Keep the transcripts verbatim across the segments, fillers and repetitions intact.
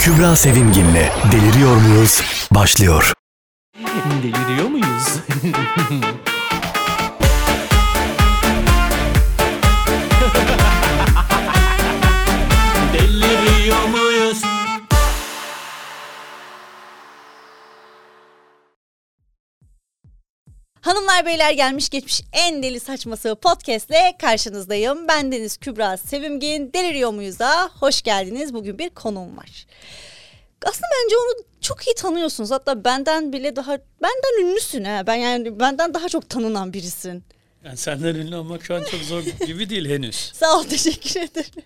Kübra Sevimgin'le Deliriyor Muyuz? Başlıyor. Deliriyor muyuz? Deliriyor muyuz? Hanımlar beyler, gelmiş geçmiş en deli saçması podcast'le karşınızdayım. Ben Deniz Kübra Sevimgin. Deliriyor muyuz'a hoş geldiniz. Bugün bir konuğum var. Aslında bence onu çok iyi tanıyorsunuz. Hatta benden bile daha, benden ünlüsün ha. Ben yani benden daha çok tanınan birisin. Yani senden ünlü olmak şu an çok zor gibi değil henüz. Sağ ol, teşekkür ederim.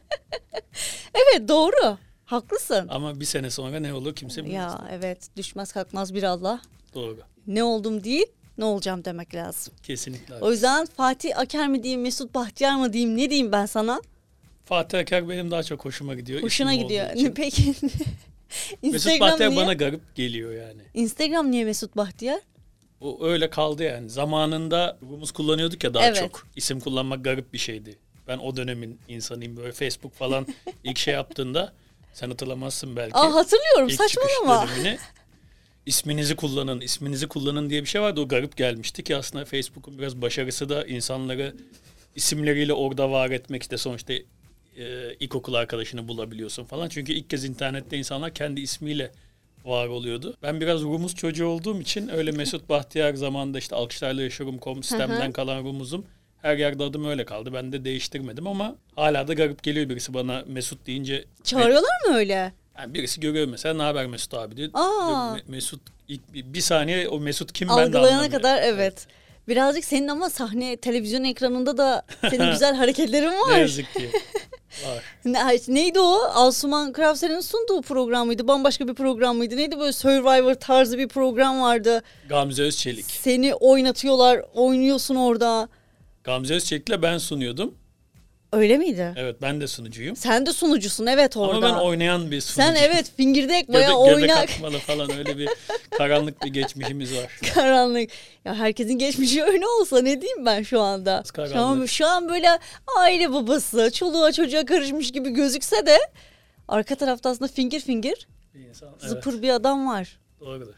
Evet, doğru. Haklısın. Ama bir sene sonra ne olur kimse bilmez. Ya evet, düşmez kalkmaz bir Allah. Doğru. Ne oldum değil, ne olacağım demek lazım. Kesinlikle. O yüzden Fatih Aker mi diyeyim, Mesut Bahtiyar mı diyeyim, ne diyeyim ben sana? Fatih Aker benim daha çok hoşuma gidiyor. Hoşuna gidiyor. Peki. Mesut Bahtiyar bana garip geliyor yani. Instagram niye Mesut Bahtiyar? O öyle kaldı yani. Zamanında Rumuz kullanıyorduk ya daha Evet. çok. İsim kullanmak garip bir şeydi. Ben o dönemin insanıyım. Böyle Facebook falan ilk şey yaptığında sen hatırlamazsın belki. Aa, hatırlıyorum, İlk saçmalama. çıkış dönemini. İsminizi kullanın, isminizi kullanın diye bir şey vardı. O garip gelmişti ki aslında Facebook'un biraz başarısı da insanları isimleriyle orada var etmek. İşte sonuçta e, ilkokul arkadaşını bulabiliyorsun falan. Çünkü ilk kez internette insanlar kendi ismiyle var oluyordu. Ben biraz Rumuz çocuğu olduğum için öyle Mesut Bahtiyar zamanında işte alkışlarla yaşıyorum nokta com sistemden kalan Rumuz'um. Her yerde adım öyle kaldı. Ben de değiştirmedim ama hala da garip geliyor birisi bana Mesut deyince. Çağırıyorlar mı öyle? Yani birisi görüyor mesela, ne haber Mesut abi diyor. Aa. Mesut ilk bir, bir saniye o Mesut kim ben de Algılayana anlamıyorum. kadar evet. Birazcık senin ama sahne, televizyon ekranında da senin güzel hareketlerin var. Ne yazık ki. Var. Ne, neydi o? Asuman Krauser'in sunduğu program mıydı? Bambaşka bir program mıydı? Neydi, böyle Survivor tarzı bir program vardı. Gamze Özçelik. Seni oynatıyorlar, oynuyorsun orada. Gamze Özçelik'le ben sunuyordum. Öyle miydi? Evet, ben de sunucuyum. Sen de sunucusun evet orada. Ama ben oynayan bir sunucu. Sen evet fingirdek Göbe, bayağı göbek oynak. atmalı falan öyle bir karanlık bir geçmişimiz var. Karanlık. Ya herkesin geçmişi öyle olsa ne diyeyim ben şu anda. Karanlık. Şu an, şu an böyle aile babası, çoluğa çocuğa karışmış gibi gözükse de arka tarafta aslında fingir fingir Bir insan, zıpır evet, bir adam var. doğrudur.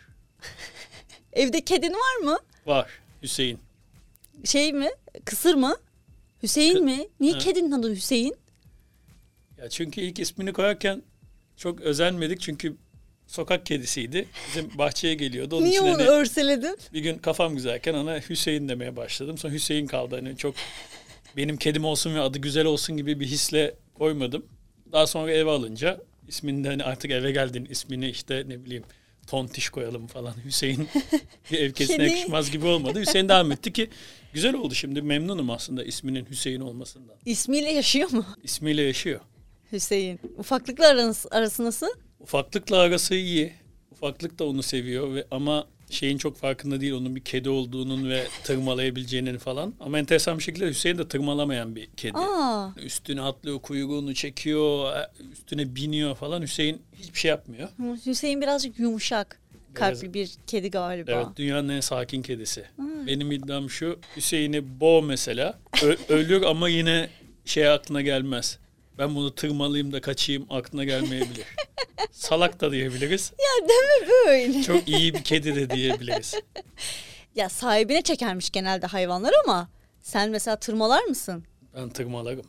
Evde kedin var mı? Var. Hüseyin. Şey mi? Kısır mı? Hüseyin Kı- mi? Niye Ha. kedinin adı Hüseyin? Ya çünkü ilk ismini koyarken çok özenmedik çünkü sokak kedisiydi. Bizim bahçeye geliyordu. Onun Niye için onu hani örseledin? bir gün kafam güzelken ona Hüseyin demeye başladım. Sonra Hüseyin kaldı. Hani çok benim kedim olsun ve adı güzel olsun gibi bir hisle koymadım. Daha sonra eve alınca ismini de hani artık eve geldin ismini işte ne bileyim Tontiş koyalım falan. Hüseyin bir ev kedisine Kedi. yakışmaz gibi olmadı. Hüseyin devam etti ki güzel oldu, şimdi memnunum aslında isminin Hüseyin olmasından. İsmiyle yaşıyor mu? İsmiyle yaşıyor. Hüseyin. Ufaklıkla arası, arası nasıl? Ufaklıkla arası iyi. Ufaklık da onu seviyor ve ama şeyin çok farkında değil, onun bir kedi olduğunun ve tırmalayabileceğinin falan. Ama enteresan bir şekilde Hüseyin de tırmalamayan bir kedi. Aa. Üstüne atlıyor, kuyruğunu çekiyor, üstüne biniyor falan. Hüseyin hiçbir şey yapmıyor. Hüseyin birazcık yumuşak kalpli bir kedi galiba. Evet, dünyanın en sakin kedisi. Hmm. Benim iddiam şu, Hüseyin'i boğ mesela, Ö- ölür ama yine şey aklına gelmez. Ben bunu tırmalayayım da kaçayım aklına gelmeyebilir. Salak da diyebiliriz. Ya deme böyle. Çok iyi bir kedi de diyebiliriz. Ya sahibine çekermiş genelde hayvanlar ama sen mesela tırmalar mısın? Ben tırmalarım.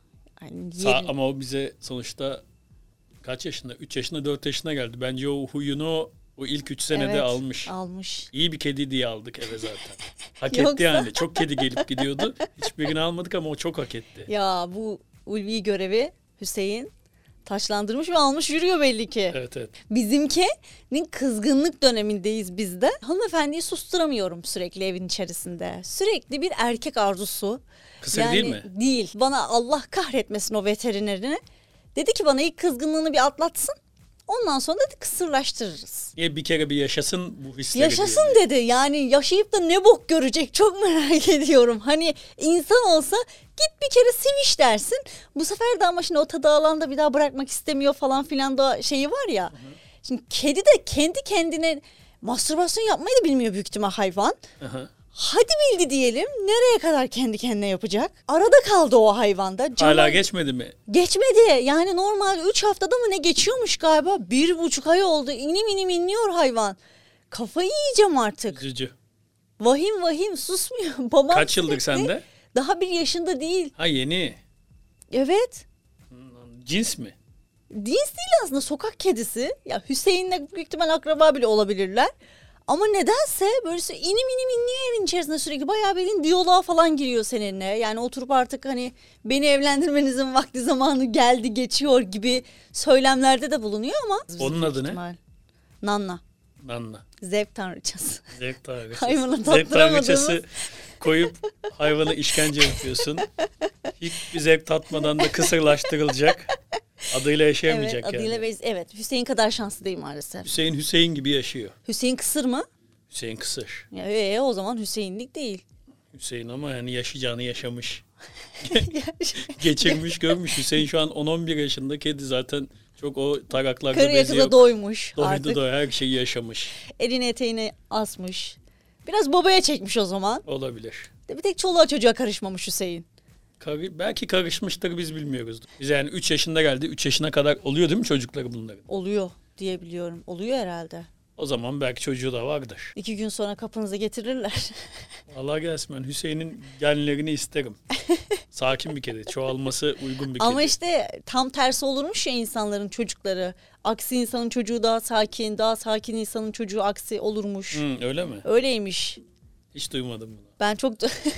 Yani Sa- yerin- ama o bize sonuçta kaç yaşında? üç yaşında, dört yaşına geldi. Bence o huyunu o ilk üç senede Evet, almış. almış. İyi bir kedi diye aldık eve zaten. Hak Yoksa- etti yani. Çok kedi gelip gidiyordu. Hiçbirini almadık ama o çok hak etti. Ya bu ulvi görevi Hüseyin taçlandırmış ve almış yürüyor belli ki. Evet evet. Bizimkinin kızgınlık dönemindeyiz biz de. Hanımefendiyi susturamıyorum sürekli evin içerisinde. Sürekli bir erkek arzusu. Kısır Yani değil mi? Değil. Bana Allah kahretmesin o veterinerini. Dedi ki bana ilk kızgınlığını bir atlatsın. Ondan sonra da kısırlaştırırız. Niye bir kere bir yaşasın bu hisleri Yaşasın diye. dedi. Yani yaşayıp da ne bok görecek çok merak ediyorum. Hani insan olsa git bir kere siviş dersin. Bu sefer de ama şimdi o tadı alanda bir daha bırakmak istemiyor falan filan da şeyi var ya. Hı hı. Şimdi kedi de kendi kendine mastürbasyon yapmayı da bilmiyor büyük ihtimal hayvan. Hı hı. Hadi bildi diyelim. Nereye kadar kendi kendine yapacak? Arada kaldı o hayvanda. Cama... Hala geçmedi mi? Geçmedi. Yani normal üç haftada mı ne geçiyormuş galiba. Bir buçuk ay oldu. İnim inim inliyor hayvan. Kafayı yiyeceğim artık. Üzücü. Vahim vahim susmuyor. Babam Kaç yıldır sende? Daha bir yaşında değil. Ha yeni. Evet. Cins mi? Cins değil aslında, sokak kedisi. Ya Hüseyin'le büyük ihtimal akraba bile olabilirler. Ama nedense böyle inim inim inliyor evin içerisinde sürekli. Bayağı bildiğin diyaloğa falan giriyor seninle. Yani oturup artık hani beni evlendirmenizin vakti zamanı geldi geçiyor gibi söylemlerde de bulunuyor ama. Onun adı ne? ihtimal. Nanna. Nanna. Zevk tanrıçası. Zevk tanrıçası. Hayvana Zevk tattıramadığımız. tanrıçası koyup hayvana işkence yapıyorsun. Hiçbir zevk tatmadan da kısırlaştırılacak. Adıyla yaşayamayacak evet, yani. adıyla ve evet, Hüseyin kadar şanslı değil maalesef. Hüseyin Hüseyin gibi yaşıyor. Hüseyin kısır mı? Hüseyin kısır. Ya ee, o zaman Hüseyinlik değil. Hüseyin ama yani yaşayacağını yaşamış. Geçirmiş, görmüş. Hüseyin şu an on on bir yaşında kedi, zaten çok o taraklarda Karıya bezi kıza yok. doymuş Doydu artık. doy, her şeyi yaşamış. Elini eteğini asmış. Biraz babaya çekmiş o zaman. Olabilir. Bir tek çoluğa çocuğa karışmamış Hüseyin. Kar- belki karışmıştır, biz bilmiyoruz. Biz yani üç yaşında geldi. üç yaşına kadar oluyor değil mi çocukları bunların? Oluyor diye biliyorum. Oluyor herhalde. O zaman belki çocuğu da vardır. İki gün sonra kapınıza getirirler. Allah gelsin, ben Hüseyin'in genlerini isterim. Sakin bir kedi. Çoğalması uygun bir kedi. Ama işte tam tersi olurmuş ya insanların çocukları. Aksi insanın çocuğu daha sakin, daha sakin insanın çocuğu aksi olurmuş. Hı, öyle mi? Öyleymiş. Hiç duymadım bunu. Ben çok...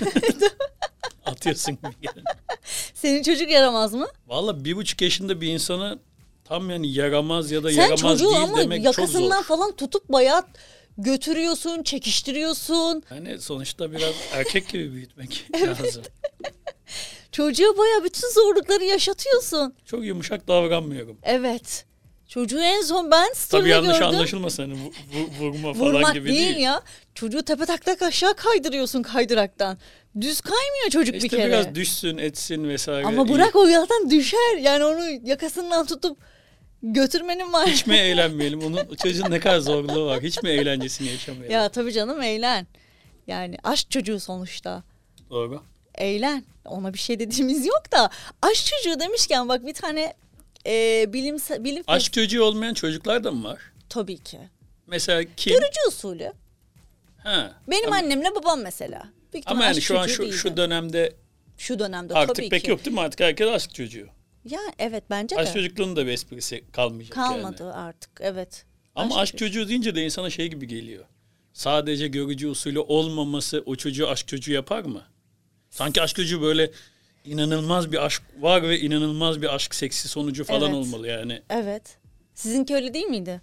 Atıyorsun gibi yani. Senin çocuk yaramaz mı? Valla bir buçuk yaşında bir insanı tam yani yaramaz ya da Sen yaramaz çocuğu değil ama demek çok zor. yakasından falan tutup bayağı götürüyorsun, çekiştiriyorsun. Yani sonuçta biraz erkek gibi büyütmek lazım. Çocuğa bayağı bütün zorlukları yaşatıyorsun. Çok yumuşak davranmıyorum. Evet. Çocuğu en son ben Tabii story'de yanlış gördüm. anlaşılmasın. Hani vu- vu- vurma falan Vurmak gibi değil, değil. ya. Çocuğu tepe taklak aşağı kaydırıyorsun kaydıraktan. Düz kaymıyor çocuk İşte bir kere. biraz düşsün, etsin vesaire. Ama iyi. bırak o zaten düşer. Yani onu yakasından tutup götürmenin var. Hiç mi eğlenmeyelim? Onun çocuğun ne kadar zorluğu var. Hiç mi eğlencesini yaşamayalım? Ya tabii canım, eğlen. Yani aşk çocuğu sonuçta. Doğru. Eğlen. Ona bir şey dediğimiz yok da. Aşk çocuğu demişken bak bir tane e, bilim, bilim Aşk çocuğu olmayan çocuklar da mı var? tabii ki. Mesela kim? Görücü usulü. Ha. Benim ama, annemle babam mesela. Büyük ama ihtimal yani aşk şu an çocuğu şu, değildi. şu dönemde Şu dönemde artık tabii pek ki. yok değil mi? Artık herkes aşk çocuğu. Ya evet bence Aşk de. çocukluğunun da bir esprisi kalmayacak Kalmadı yani. artık, evet. Ama aşk çocuğu deyince de insana şey gibi geliyor. Sadece görücü usulü olmaması o çocuğu aşk çocuğu yapar mı? Sanki aşk çocuğu böyle inanılmaz bir aşk var ve inanılmaz bir aşk seksi sonucu falan Evet. olmalı yani. Evet. Sizinki öyle değil miydi?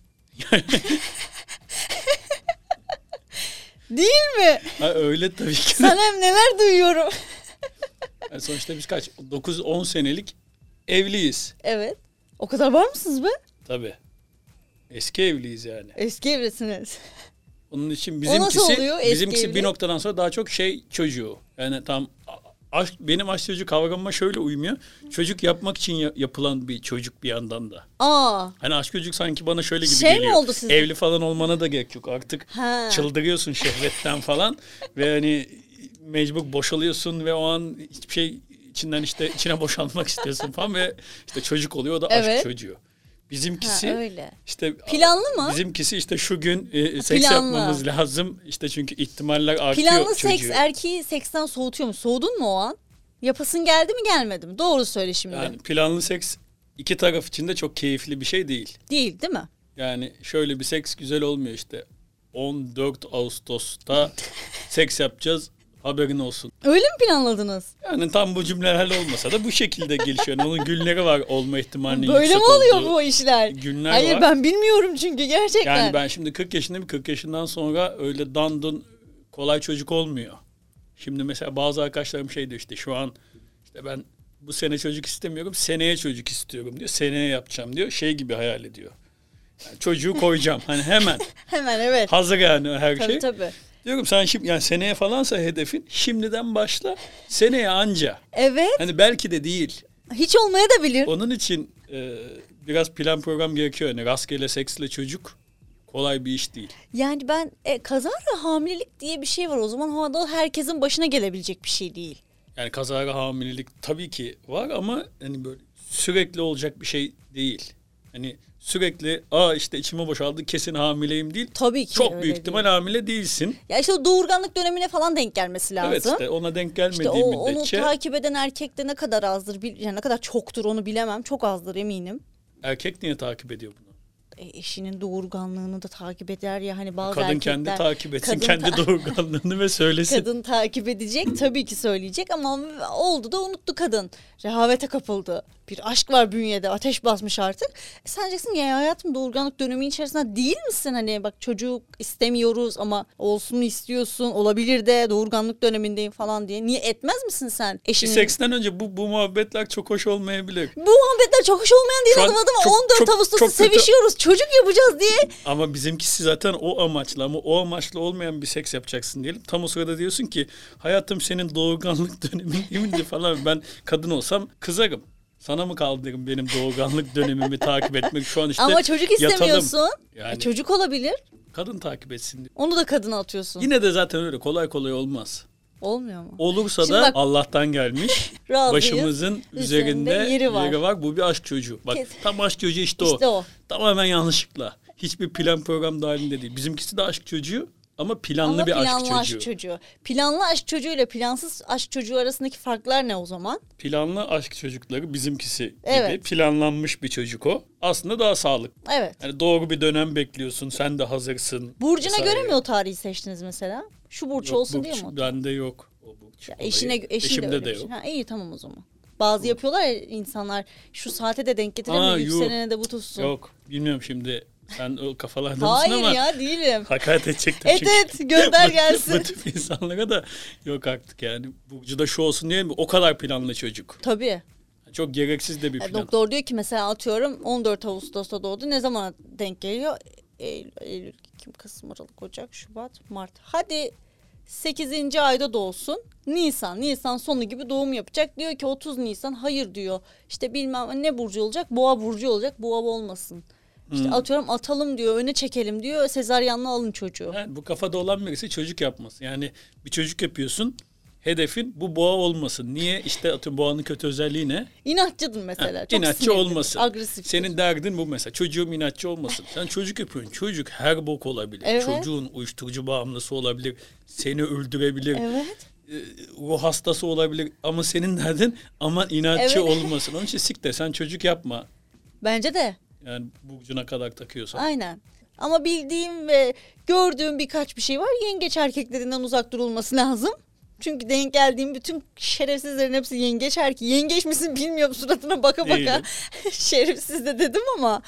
Değil mi? Ha, öyle tabii ki. Sanem neler duyuyorum. Yani sonuçta biz kaç? dokuz on senelik evliyiz. Evet. O kadar var mısınız be? Tabii. Eski evliyiz yani. Eski evlisiniz. Onun için O bizimkisi nasıl oluyor, eski bizimkisi evli? bir noktadan sonra daha çok şey çocuğu. Yani tam aşk, benim aşk çocuğu kavramıma şöyle uymuyor. Çocuk yapmak için ya- yapılan bir çocuk bir yandan da. Aa. Hani aşk çocuk sanki bana şöyle gibi Şey mi geliyor. oldu sizin? Evli falan olmana da gerek yok. Artık Ha. çıldırıyorsun şehvetten falan ve hani mecbur boşalıyorsun ve o an hiçbir şey içinden işte içine boşalmak istiyorsun falan ve işte çocuk oluyor, o da aşk Evet. çocuğu. Bizimkisi Ha, öyle. işte Planlı mı? Bizimkisi işte şu gün e, seks Planlı. yapmamız lazım. İşte çünkü ihtimaller artıyor Planlı çocuğu. seks erkeği seksten soğutuyor mu? Soğudun mu o an? Yapasın geldi mi gelmedi mi? Doğru söyle şimdi. Yani planlı seks iki taraf için de çok keyifli bir şey değil. Değil değil mi? Yani şöyle bir seks güzel olmuyor işte. on dört Ağustos'ta seks yapacağız, haberin olsun. Öyle mi planladınız? Yani tam bu cümlelerle olmasa da bu şekilde gelişiyor. Yani onun günleri var olma ihtimalinin Böyle yüksek mi oluyor olduğu bu işler? günler Hayır var. ben bilmiyorum çünkü gerçekten. Yani ben şimdi kırk yaşındayım. kırk yaşından sonra öyle dandun kolay çocuk olmuyor. Şimdi mesela bazı arkadaşlarım şey diyor işte şu an işte ben bu sene çocuk istemiyorum, seneye çocuk istiyorum diyor. Seneye yapacağım diyor. Şey gibi hayal ediyor. Yani çocuğu koyacağım. Hani hemen. Hemen evet. Hazır yani her Tabii şey. tabii. Diyorum sen şimdi yani seneye falansa hedefin şimdiden başla. Seneye anca. Evet. Hani belki de değil. Hiç olmaya da bilir. Onun için e, biraz plan program gerekiyor. Yani rastgele seksle çocuk Kolay bir iş değil. Yani ben e, kazara hamilelik diye bir şey var. O zaman havada herkesin başına gelebilecek bir şey değil. Yani kazara hamilelik tabii ki var ama hani böyle sürekli olacak bir şey değil. Hani sürekli aa işte içime boşaldı kesin hamileyim değil. Tabii ki Çok öyle büyük değil. ihtimal hamile değilsin. Ya işte o doğurganlık dönemine falan denk gelmesi lazım. Evet işte ona denk gelmediği İşte o, müddetçe onu takip eden erkek de ne kadar azdır, bil- yani ne kadar çoktur onu bilemem. Çok azdır eminim. erkek niye takip ediyor bunu? E, eşinin doğurganlığını da takip eder ya hani bazı Kadın erkekler. kendi takip etsin kadın kendi ta- doğurganlığını ve söylesin. Kadın takip edecek tabii ki söyleyecek ama oldu da unuttu kadın. Rehavete kapıldı. Bir aşk var bünyede, ateş basmış artık. E sen diyeceksin ya hayatım doğurganlık dönemi içerisinde değil misin? Hani bak çocuk istemiyoruz ama olsun istiyorsun, olabilir de doğurganlık dönemindeyim falan diye. Niye etmez misin sen Bir eşinin? seksten önce bu, bu muhabbetler çok hoş olmayabilir. Bu muhabbetler çok hoş olmayan değil Şu an adım adım çok- on dört çok- Ağustos'ta çok kötü- sevişiyoruz çocuk yapacağız diye. Ama bizimkisi zaten o amaçlı ama o amaçlı olmayan bir seks yapacaksın diyelim. Tam o sırada diyorsun ki hayatım senin doğurganlık dönemin değil falan. Ben kadın olsam kızarım. Sana mı kaldırırım benim doğurganlık dönemimi takip etmek şu an işte Ama çocuk yatalım. istemiyorsun. Yani E, çocuk olabilir. kadın takip etsin diye. Onu da kadına atıyorsun. Yine de zaten öyle kolay kolay olmaz. Olmuyor mu? Olursa Şimdi da bak- Allah'tan gelmiş. Razıyız. Başımızın üzerinde, Üzerinde yeri var. yeri var. Bu bir aşk çocuğu. Bak Kes- tam aşk çocuğu işte, o. İşte o. Tamamen yanlışlıkla. Hiçbir plan program dahilinde değil. Bizimkisi de aşk çocuğu ama planlı Ama bir planlı aşk çocuğu. aşk çocuğu. Planlı aşk çocuğu ile plansız aşk çocuğu arasındaki farklar ne o zaman? Planlı aşk çocukları bizimkisi gibi Evet. planlanmış bir çocuk o. Aslında daha sağlıklı. Evet. Yani doğru bir dönem bekliyorsun. Sen de hazırsın. Burcuna vesaire. göre mi o tarihi seçtiniz mesela? Şu burç Yok, olsun burç diye mi? o? Bende yok. O burç Ya olayı. eşine, eşinde Eşimde öyle de bir şey. yok. Ha, iyi tamam o zaman. Bazı yapıyorlar ya insanlar şu saate de denk getiremiyor. Aa, yok. Yükselene de bu tutsun. Yok. Bilmiyorum şimdi. Sen o kafalarda mısın Hayır ama ya değilim. hakaret edecektim Evet çünkü. evet gönder Bu gelsin. tip insanlara da yok artık yani. Burcu da şu olsun diye mi? O kadar planlı çocuk. Tabii. Çok gereksiz de bir Yani plan. doktor diyor ki mesela atıyorum on dört Ağustos'ta doğdu. Ne zaman denk geliyor? Eylül, Eylül, Ekim, Kasım, Aralık, Ocak, Şubat, Mart. Hadi sekizinci ayda doğsun. Nisan, Nisan sonu gibi doğum yapacak. Diyor ki otuz Nisan hayır diyor. İşte bilmem ne burcu olacak? Boğa burcu olacak. Boğa olmasın. İşte Hmm. atıyorum atalım diyor, öne çekelim diyor. Sezaryenle alın çocuğu. Yani bu kafada olan birisi çocuk yapması. Yani bir çocuk yapıyorsun. Hedefin bu boğa olmasın. Niye? İşte atıyorum boğanın kötü özelliği ne? İnatçıdın mesela. Ha, Çok inatçı sinirlidir, olmasın. agresif. Senin derdin bu mesela. Çocuğum inatçı olmasın. Sen çocuk yapıyorsun. Çocuk her bok olabilir. Evet. Çocuğun uyuşturucu bağımlısı olabilir. Seni öldürebilir. Evet. e, ruh hastası olabilir ama senin derdin aman inatçı Evet. olmasın. Onun için sik de sen çocuk yapma. Bence de. Yani burcuna kadar takıyorsan. Aynen. Ama bildiğim ve gördüğüm birkaç bir şey var. Yengeç erkeklerinden uzak durulması lazım. Çünkü denk geldiğim bütün şerefsizlerin hepsi yengeç erkeği. Yengeç misin bilmiyorum suratına baka baka. Değilim. Şerefsiz de dedim ama.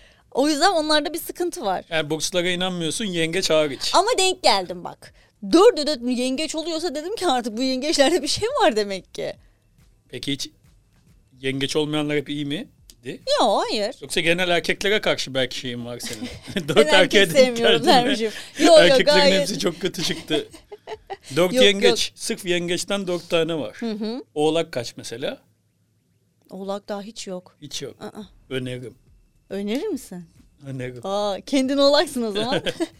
O yüzden onlarda bir sıkıntı var. Yani burçlara inanmıyorsun yengeç hariç. Ama denk geldim bak. Dördü de yengeç oluyorsa dedim ki artık bu yengeçlerde bir şey var demek ki. Peki hiç yengeç olmayanlar hep iyi mi? Yok hayır. Yoksa genel erkeklere karşı belki şeyin var senin. Dört Ben erkek erkeğe denk sevmiyorum geldin ve dermişim. Yok yok erkeklerin gayet. hepsi çok kötü çıktı. Dört Yok, yengeç. yok. Sırf yengeçten dört tane var. Hı hı. Oğlak kaç mesela? Oğlak daha hiç yok. Hiç yok. Aa, Öneririm. önerir misin? Öneririm. Aa, kendin oğlaksın o zaman.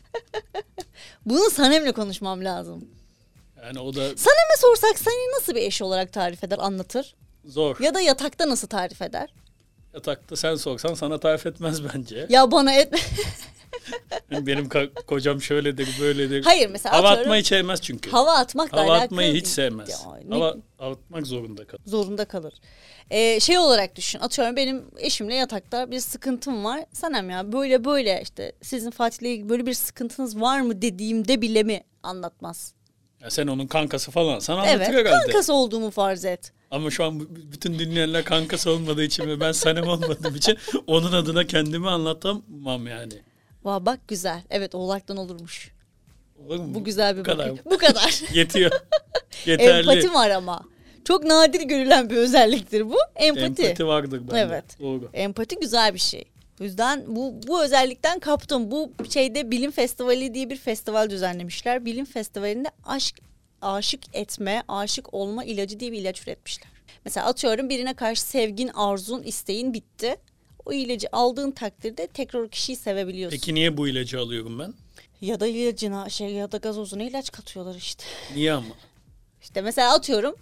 Bunu Sanem'le konuşmam lazım. Yani o da Sanem'e sorsak seni nasıl bir eş olarak tarif eder, anlatır? zor. Ya da yatakta nasıl tarif eder? Yatakta sen sorsan sana tarif etmez bence. Ya bana etme. Yani benim ka- kocam şöyledir, böyledir. Hayır mesela Hava atıyorum, atmayı sevmez çünkü. hava atmakla Hava alakalı atmayı hiç değil. sevmez. Ya, ne- Hava atmak zorunda kalır. zorunda kalır. Ee, şey olarak düşün. Atıyorum benim eşimle yatakta bir sıkıntım var. Sanem ya böyle böyle işte sizin Fatih'le ilgili böyle bir sıkıntınız var mı dediğimde bile mi anlatmaz? Ya sen onun kankası falan sana anlatır Evet, herhalde. kankası olduğumu farz et. Ama şu an b- bütün dinleyenler kankası olmadığı için ve ben Sanem olmadığım için onun adına kendimi anlatamam yani. Vay bak güzel. Evet oğlaktan olurmuş. Olur mu? Bu güzel bir Bu kadar. bakış. Bu kadar. Yetiyor. Yeterli. Empati var ama. Çok nadir görülen bir özelliktir bu. Empati. Empati vardır bende. Evet. Doğru. Empati güzel bir şey. O yüzden bu bu özellikten kaptım. Bu şeyde Bilim Festivali diye bir festival düzenlemişler. Bilim Festivali'nde aşk, aşık etme, aşık olma ilacı diye bir ilaç üretmişler. Mesela atıyorum birine karşı sevgin, arzun, isteğin bitti. O ilacı aldığın takdirde tekrar o kişiyi sevebiliyorsun. Peki niye bu ilacı alıyorum ben? Ya da ilacına şey ya da gazozuna ilaç katıyorlar işte. Niye ama? İşte mesela atıyorum.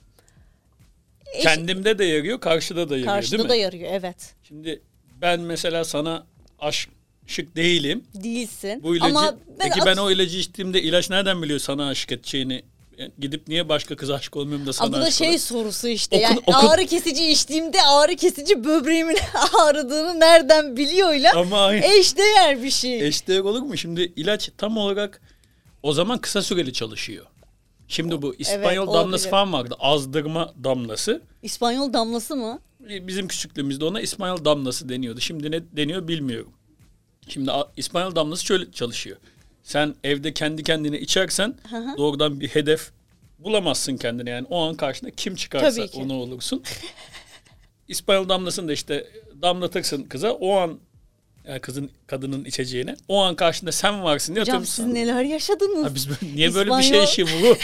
eş- Kendimde de yarıyor, karşıda da yarıyor Karşıda değil mi? da yarıyor, evet. Şimdi ben mesela sana aşık değilim. Değilsin. Bu ilacı, Ama ben peki ben at- o ilacı içtiğimde ilaç nereden biliyor sana aşık edeceğini? Yani gidip niye başka kıza aşık olmuyorum da sana Aa, bu da aşık şey olayım? sorusu işte. Okun- yani okun- ağrı kesici içtiğimde ağrı kesici böbreğimin ağrıdığını nereden biliyorla Ama aynı. eşdeğer bir şey. Eşdeğer olur mu? Şimdi ilaç tam olarak o zaman kısa süreli çalışıyor. Şimdi bu İspanyol Evet, damlası olabilir. falan vardı. Azdırma damlası. İspanyol damlası mı? Bizim küçüklüğümüzde ona İspanyol damlası deniyordu. Şimdi ne deniyor bilmiyorum. Şimdi a- İspanyol damlası şöyle çalışıyor. Sen evde kendi kendine içersen hı. doğrudan bir hedef bulamazsın kendine. Yani o an karşında kim çıkarsa Tabii ki. onu olursun. İspanyol damlasını da işte damlatırsın kıza. O an yani kızın kadının içeceğine. O an karşında sen varsın diye Hocam atıyorum siz sana. neler yaşadınız? Ha biz böyle- niye böyle bir şey İspanyol- yaşayayım bu?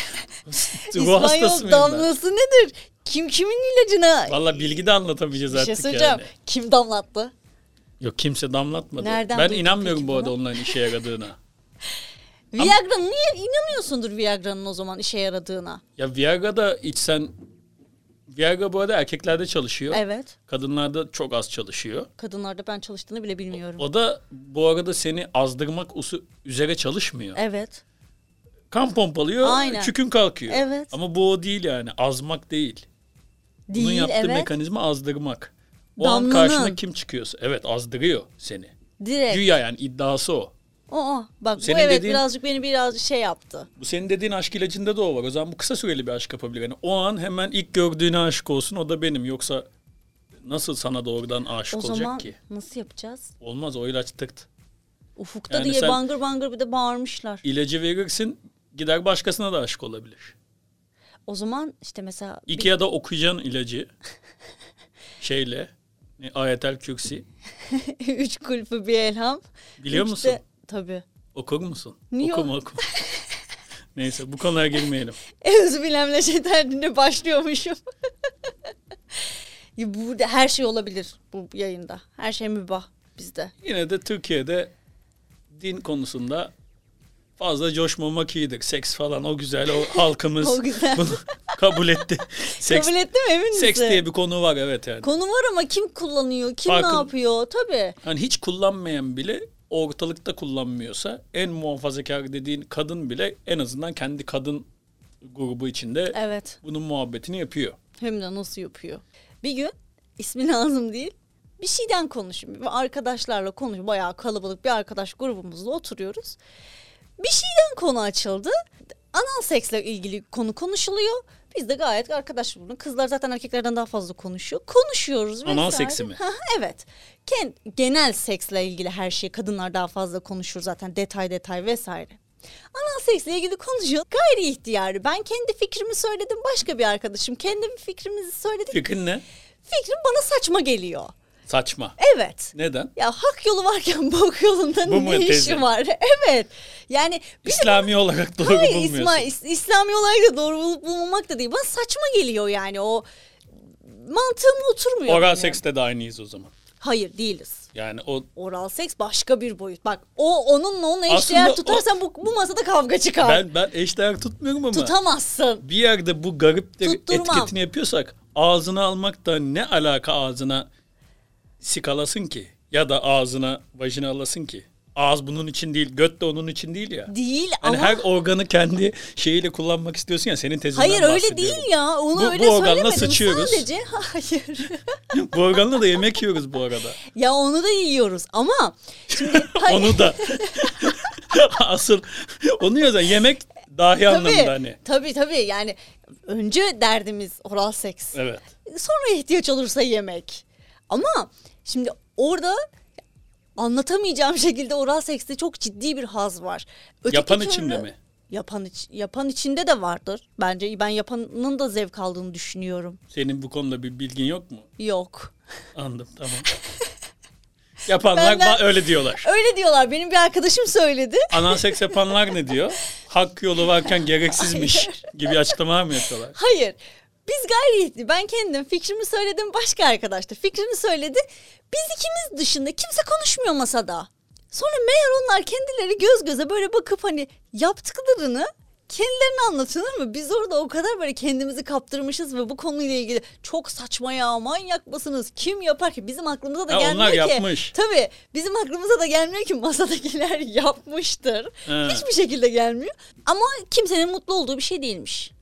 Ruh hastası İspanyol mıyım ben? damlası nedir? Kim kimin ilacına? Valla bilgi de anlatamayacağız Bir şey artık söyleyeceğim. yani. Kim damlattı? Yok kimse damlatmadı. Nereden ben duydun inanmıyorum peki bu arada bunu? onların işe yaradığına. Viagra niye inanıyorsundur Viagra'nın o zaman işe yaradığına? Ya Viagra da içsen... Viagra bu arada erkeklerde çalışıyor. Evet. Kadınlarda çok az çalışıyor. Kadınlarda ben çalıştığını bile bilmiyorum. O da bu arada seni azdırmak usu üzere çalışmıyor. Evet. Kan pompalıyor, Aynen. kükün kalkıyor. Evet. Ama bu o değil yani, azmak değil. Bunun Değil, yaptığı evet. mekanizma azdırmak. O Damlanın. an karşına kim çıkıyorsa, evet azdırıyor seni. Direkt. Güya yani iddiası o. Oo, bak Senin bu evet dediğin- birazcık beni biraz şey yaptı. Bu senin dediğin aşk ilacında da o var. O zaman bu kısa süreli bir aşk yapabilir. Yani o an hemen ilk gördüğüne aşık olsun, o da benim. Yoksa nasıl sana doğrudan aşık O olacak zaman ki? nasıl yapacağız? Olmaz, o ilaç tıkt. Ufukta Yani diye sen- bangır bangır bir de bağırmışlar. İlacı verirsin, gider başkasına da aşık olabilir. O zaman işte mesela bir- Ikea'da okuyacaksın ilacı. Şeyle. ne, Ayetel Kürsi. üç kulpu bir elham. Biliyor Üçte- musun? Tabii. Okur musun? Niye Okuma okuma. Neyse bu konuya girmeyelim. Özbilemle şeytanine başlıyormuşum. Ya burada her şey olabilir bu yayında. Her şey mübah bizde. Yine de Türkiye'de din konusunda fazla coşmamak iyidir. Seks falan o güzel, o halkımız O güzel. bunu kabul etti. Seks, Kabul ettim emin misin? seks diye bir konu var evet yani. Konu var ama kim kullanıyor? Kim Farkın- ne yapıyor? Tabii. Hani hiç kullanmayan bile ortalıkta kullanmıyorsa en muhafazakar dediğin kadın bile en azından kendi kadın grubu içinde Evet. bunun muhabbetini yapıyor. Hem de nasıl yapıyor? Bir gün ismi lazım değil. Bir şeyden konuşuyorum. Arkadaşlarla konuşuyorum. Bayağı kalabalık bir arkadaş grubumuzla oturuyoruz. Bir şeyden konu açıldı. Anal seksle ilgili konu konuşuluyor. Biz de gayet arkadaş bunu. Kızlar zaten erkeklerden daha fazla konuşuyor. Konuşuyoruz. Anal vesaire. seksi mi? Hı hı, evet. Ken, genel seksle ilgili her şeyi kadınlar daha fazla konuşur zaten. Detay detay vesaire. Anal seksle ilgili konuşuyor. Gayri ihtiyari. Ben kendi fikrimi söyledim. Başka bir arkadaşım kendi fikrimizi söyledi. Fikrin ne? Fikrim bana saçma geliyor. Saçma. Evet. Neden? Ya hak yolu varken bok yolunda Bu mu ne tezi? işi var? Evet. Yani bir de İslami olarak doğru Hayır, bulmuyorsun. İsmail, İs- İslami olarak da doğru bulup bulmamak da değil. Bana saçma geliyor yani o mantığıma oturmuyor. Oral benim. sekste de aynıyız o zaman. Hayır değiliz. Yani o Oral seks başka bir boyut. Bak o onunla onu eşdeğer Aslında o- tutarsan bu, bu masada kavga çıkar. ben ben eşdeğer tutmuyorum ama Tutamazsın. bir yerde bu garip de Tutturmam. etiketini yapıyorsak ağzına almak da ne alaka ağzına sikalasın ki ya da ağzına vajina alasın ki. Ağız bunun için değil, göt de onun için değil ya. Değil Hani ama her organı kendi şeyiyle kullanmak istiyorsun ya, senin tezinden hayır öyle bahsediyorum. değil ya. Onu Bu- öyle bu organla söylemedim sıçıyoruz. sadece. Hayır. Bu organla da yemek yiyoruz bu arada. Ya onu da yiyoruz ama şimdi hayır. Onu da. Asıl onu yazan yemek dahi anlamında hani. Tabii tabii yani önce derdimiz oral seks. Evet. Sonra ihtiyaç olursa yemek. Ama şimdi orada anlatamayacağım şekilde oral sekste çok ciddi bir haz var. Öteki Yapan türlü- içinde mi? Yapan iç, yapan içinde de vardır. Bence ben yapanın da zevk aldığını düşünüyorum. Senin bu konuda bir bilgin yok mu? Yok. Anladım tamam. Yapanlar Benden- ba- öyle diyorlar. Öyle diyorlar. Benim bir arkadaşım söyledi. Anal seks yapanlar ne diyor? Hak yolu varken gereksizmiş gibi açıklamalar mı yapıyorlar? Hayır. Biz gayri ben kendim fikrimi söyledim, başka arkadaş da fikrini söyledi. Biz ikimiz dışında kimse konuşmuyor masada. Sonra meğer onlar kendileri göz göze böyle bakıp hani yaptıklarını kendilerine anlatılır mı? Biz orada o kadar böyle kendimizi kaptırmışız ve bu konuyla ilgili çok saçma ya, manyak mısınız? Kim yapar ki? Bizim aklımıza da Ha, gelmiyor onlar ki. yapmış. Tabii bizim aklımıza da gelmiyor ki masadakiler yapmıştır. He. Hiçbir şekilde gelmiyor. Ama kimsenin mutlu olduğu bir şey değilmiş.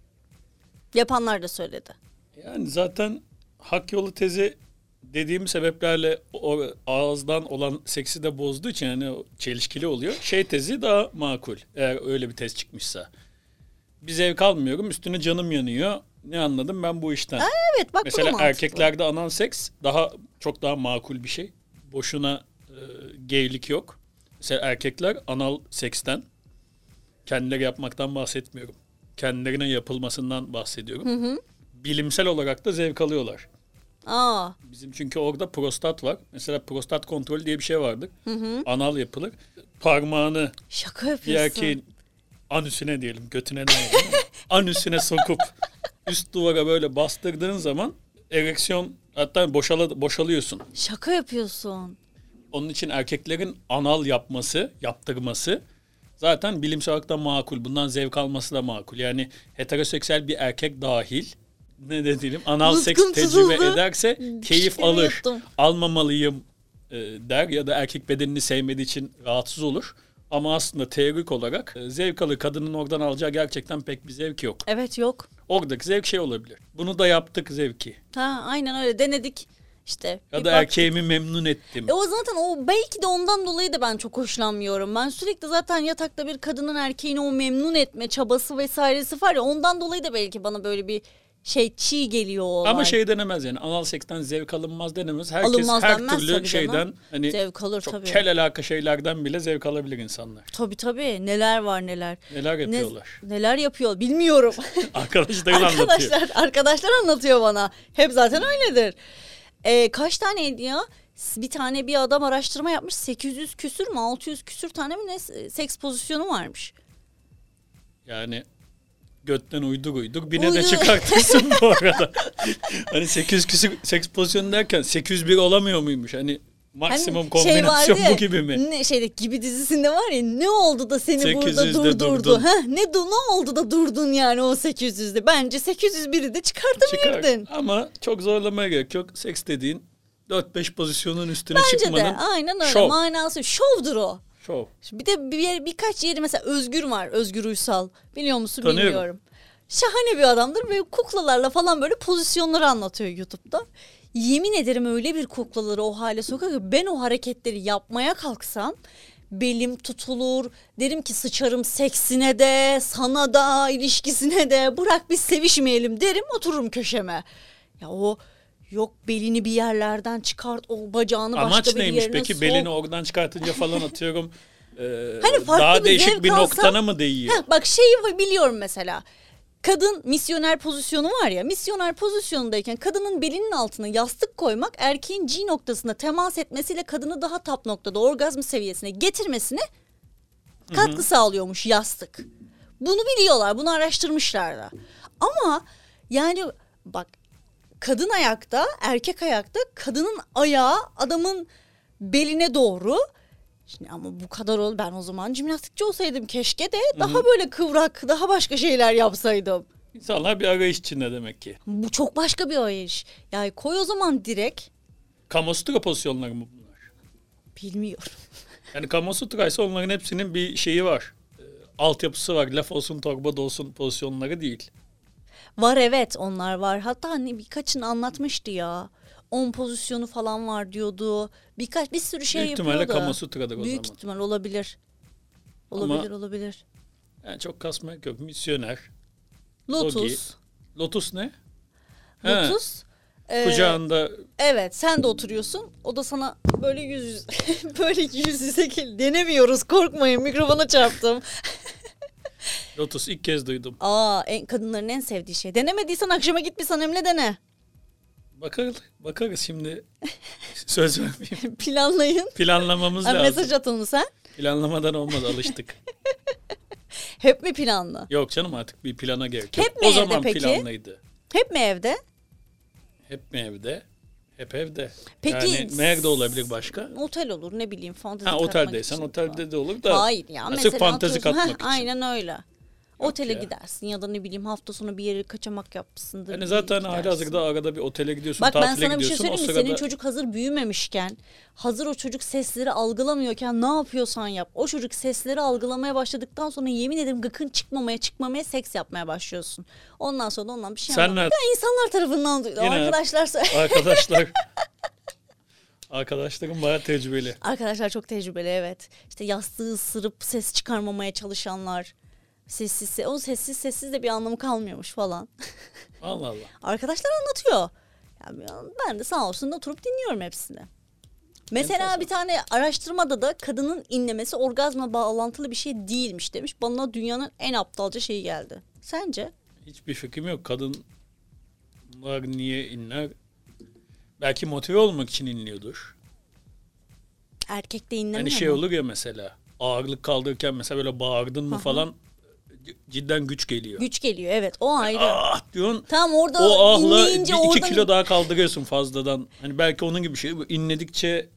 Yapanlar da söyledi. Yani zaten hak yolu tezi dediğim sebeplerle o ağızdan olan seksi de bozduğu için hani o çelişkili oluyor. Şey tezi daha makul eğer öyle bir tez çıkmışsa. Bir zevk almıyorum, üstüne canım yanıyor. Ne anladım ben bu işten? Ha, evet bak bu da Mesela mantıklı. erkeklerde anal seks daha çok daha makul bir şey. Boşuna e, geylik yok. Mesela erkekler anal seksten kendileri yapmaktan bahsetmiyorum. Kendilerine yapılmasından bahsediyorum. Hı hı. Bilimsel olarak da zevk alıyorlar. Aa. Bizim çünkü orada prostat var. Mesela prostat kontrolü diye bir şey vardır. Hı hı. Anal yapılır. Parmağını Şaka bir yapıyorsun. erkeğin anüsüne diyelim, götüne demeyelim. Anüsüne sokup üst duvara böyle bastırdığın zaman ereksiyon, hatta boşala, boşalıyorsun. Şaka yapıyorsun. Onun için erkeklerin anal yapması, yaptırması zaten bilimsel olarak da makul. Bundan zevk alması da makul. Yani heteroseksüel bir erkek dahil ne de diyelim anal seks Bıskım tecrübe tutuldu. ederse keyif Şişemi alır. yuttum. Almamalıyım e, der ya da erkek bedenini sevmediği için rahatsız olur. Ama aslında teorik olarak e, zevk alır. Kadının oradan alacağı gerçekten pek bir zevk yok. Evet yok. Oradaki zevk şey olabilir. Bunu da yaptık zevki. Ha aynen öyle denedik. İşte Ya bir da baktık. erkeğimi memnun ettim. E o zaten o belki de ondan dolayı da ben çok hoşlanmıyorum. Ben sürekli zaten yatakta bir kadının erkeğini o memnun etme çabası vesairesi var ya, ondan dolayı da belki bana böyle bir şey çiğ geliyor o olay. Ama şey denemez yani anal seksten zevk alınmaz denemez. Herkes Alınmaz her denmez türlü tabii canım. şeyden hani Zevk alır çok tabii. kel alaka şeylerden bile zevk alabilir insanlar. Tabii tabii neler var neler. Neler Ne- yapıyorlar. neler yapıyor bilmiyorum. Arkadaşların anlatıyor. Arkadaşlar, arkadaşlar anlatıyor bana. Hep zaten öyledir. Ee, kaç taneydi ya? Bir tane bir adam araştırma yapmış. sekiz yüz küsür mü altı yüz küsür tane mi ne seks pozisyonu varmış. Yani götten uydur uydur bir ne de Uydur. çıkartırsın bu arada. Hani sekiz yüz küsür seks pozisyonu derken sekiz yüz bir olamıyor muymuş? Hani maksimum Hani şey kombinasyon vardı ya, bu gibi mi? Ne şeyde gibi dizisinde var ya, ne oldu da seni burada sekiz yüzde durdurdu? durdun. Heh, ne du ne oldu da durdun yani o sekiz yüzde? Bence sekiz yüz biri de çıkartabilirdin. Çıkar. Ama çok zorlamaya gerek yok. Seks dediğin dört beş pozisyonun üstüne Bence çıkmanın de aynen öyle. şov. Manası şovdur o. Şov. Bir de bir yer, birkaç yeri mesela Özgür var. Özgür Uysal. Biliyor musun Tanıyorum. bilmiyorum. Şahane bir adamdır ve kuklalarla falan böyle pozisyonları anlatıyor YouTube'da. Yemin ederim öyle bir kuklaları o hale sokar ki ben o hareketleri yapmaya kalksam belim tutulur. Derim ki sıçarım seksine de, sana da, ilişkisine de, bırak biz sevişmeyelim derim, otururum köşeme. Ya o yok belini bir yerlerden çıkart, o bacağını başka Amaç bir neymiş yerine peki? sok. Belini oradan çıkartınca falan atıyorum. e, Hani farklı daha bir değişik zevk bir alsam- noktana mı değiyor? Heh, bak şeyi biliyorum mesela. Kadın misyoner pozisyonu var ya, misyoner pozisyonundayken kadının belinin altına yastık koymak erkeğin G noktasına temas etmesiyle kadını daha top noktada orgazm seviyesine getirmesine katkı Hı hı. sağlıyormuş yastık. Bunu biliyorlar, bunu araştırmışlar da. Ama yani bak, kadın ayakta, erkek ayakta, kadının ayağı adamın beline doğru. Şimdi ama bu kadar ol, ben o zaman jimnastikçi olsaydım keşke de daha Hı hı. böyle kıvrak, daha başka şeyler yapsaydım. İnsanlar bir arayış içinde demek ki. Bu çok başka bir o iş. Yani koy o zaman direkt. Kamasutra pozisyonları mı bunlar? Bilmiyorum. Yani Kamasutra ise onların hepsinin bir şeyi var. E, altyapısı var. Laf olsun torba da olsun pozisyonları değil. Var evet, onlar var. Hatta hani birkaçını anlatmıştı ya. on pozisyonu falan var diyordu. Birkaç bir sürü şey Büyük ihtimalle yapıyordu. Kamasutra'dır o Büyük zaman. ihtimal olabilir. Olabilir Ama- olabilir. Yani çok kasmak yok. Misyoner. Lotus. Dogi. Lotus ne? He, Lotus. e, kucağında Evet, sen de oturuyorsun. O da sana böyle yüz yüze böyle yüz yüze gel. Denemiyoruz, korkmayın, mikrofona çarptım. Lotus ilk kez duydum. Aa, en, kadınların en sevdiği şey. Denemediysen akşama git bir Sanem'le dene. Bakarız, bakarız şimdi. Söz vermeyeyim. Planlayın. Planlamamız Ha, lazım. mesaj at onu sen. Planlamadan olmaz, alıştık. Hep mi planlı? Yok canım, artık bir plana gerek yok. Hep mi O evde zaman peki? planlıydı. Hep mi evde? Hep mi evde? Hep evde. Peki, yani nerede olabilir başka? Otel olur, ne bileyim, fantezi Ha, katmak oteldeysen için otelde falan. de olur da. Hayır ya, Ha, mesela sırf fantezi atıyorsun, katmak heh, için. aynen öyle. Otele ya. gidersin ya da ne bileyim hafta sonu bir yere kaçamak yapmışsındır. Yani bir zaten gidersin. halihazırda arada bir otele gidiyorsun, Bak ben tatile sana bir şey gidiyorsun. söyleyeyim mi? o sırada... Senin çocuk hazır büyümemişken, hazır o çocuk sesleri algılamıyorken ne yapıyorsan yap. O çocuk sesleri algılamaya başladıktan sonra yemin ederim gıkın çıkmamaya çıkmamaya seks yapmaya başlıyorsun. Ondan sonra da ondan bir şey Sen anlamıyor. nerede- Ben insanlar tarafından duydum. Yine- Arkadaşlar Arkadaşlar. Arkadaşlarım bayağı tecrübeli. Arkadaşlar çok tecrübeli, evet. İşte yastığı ısırıp ses çıkarmamaya çalışanlar. Sessiz, o sessiz sessiz de bir anlamı kalmıyormuş falan. Allah Allah. Arkadaşlar anlatıyor. Yani ben de sağ olsun oturup dinliyorum hepsini. Mesela Enteresan. bir tane araştırmada da kadının inlemesi orgazma bağlantılı bir şey değilmiş demiş. Bana dünyanın en aptalca şeyi geldi. Sence? Hiçbir fikrim yok. Kadınlar niye inler? Belki motive olmak için inliyordur. Erkek de inlemiyor Hani şey mu? olur ya mesela. Ağırlık kaldırırken mesela böyle bağırdın mı Aha. falan c- cidden güç geliyor. Güç geliyor, evet, o ayrı. Ah diyorsun. Tam orada O ahla bir inleyince iki oradan... kilo daha kaldırıyorsun fazladan. Hani belki onun gibi bir şey. İnledikçe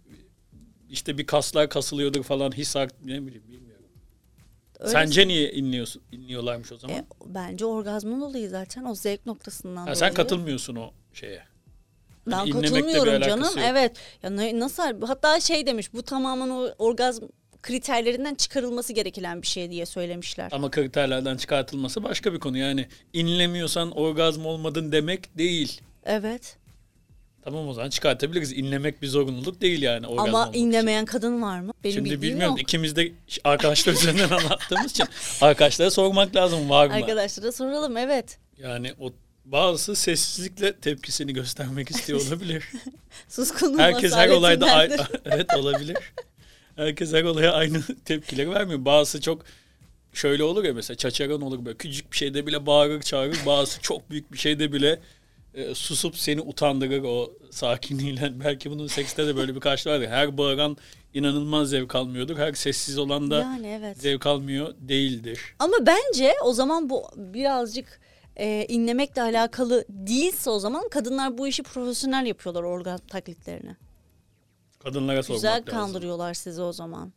işte bir kaslar kasılıyordur falan. His art, ne bileyim bilmiyorum. Öyle Sence niye inliyorsun, inliyorlarmış o zaman? E, bence orgazmın olayı zaten o zevk noktasından ha, sen dolayı. katılmıyorsun o şeye. Ben Hani inlemekle bir katılmıyorum alakası canım. yok. Evet. Ya ne- nasıl, hatta şey demiş, bu tamamen o orgazm kriterlerinden çıkarılması gereken bir şey diye söylemişler. Ama kriterlerden çıkartılması başka bir konu. Yani inlemiyorsan orgazm olmadın demek değil. Evet. Tamam, o zaman çıkartabiliriz. İnlemek bir zorunluluk değil yani orgazm Ama olmak için. inlemeyen kadın var mı? Benim Şimdi bildiğim bilmiyorum. yok. İkimiz de arkadaşlar üzerinden anlattığımız için arkadaşlara sormak lazım, var mı? Arkadaşlara soralım, evet. Yani o bazısı sessizlikle tepkisini göstermek istiyor olabilir. Suskun Herkes her olayda ay- masaretindendir. evet olabilir. Herkes her olaya aynı tepkileri vermiyor. Bazısı çok şöyle olur ya, mesela çaçaran olur, böyle küçük bir şeyde bile bağırır çağırır. Bazısı çok büyük bir şeyde bile e, susup seni utandırır o sakinliğiyle. Belki bunun sekste de böyle bir karşılığı vardır. Her bağıran inanılmaz zevk almıyordur. Her sessiz olan da Yani evet. zevk almıyor değildir. Ama bence o zaman bu birazcık e, inlemekle alakalı değilse, o zaman kadınlar bu işi profesyonel yapıyorlar, orgazm taklitlerini. Kadınlara sormak Güzel lazım. kandırıyorlar sizi o zaman.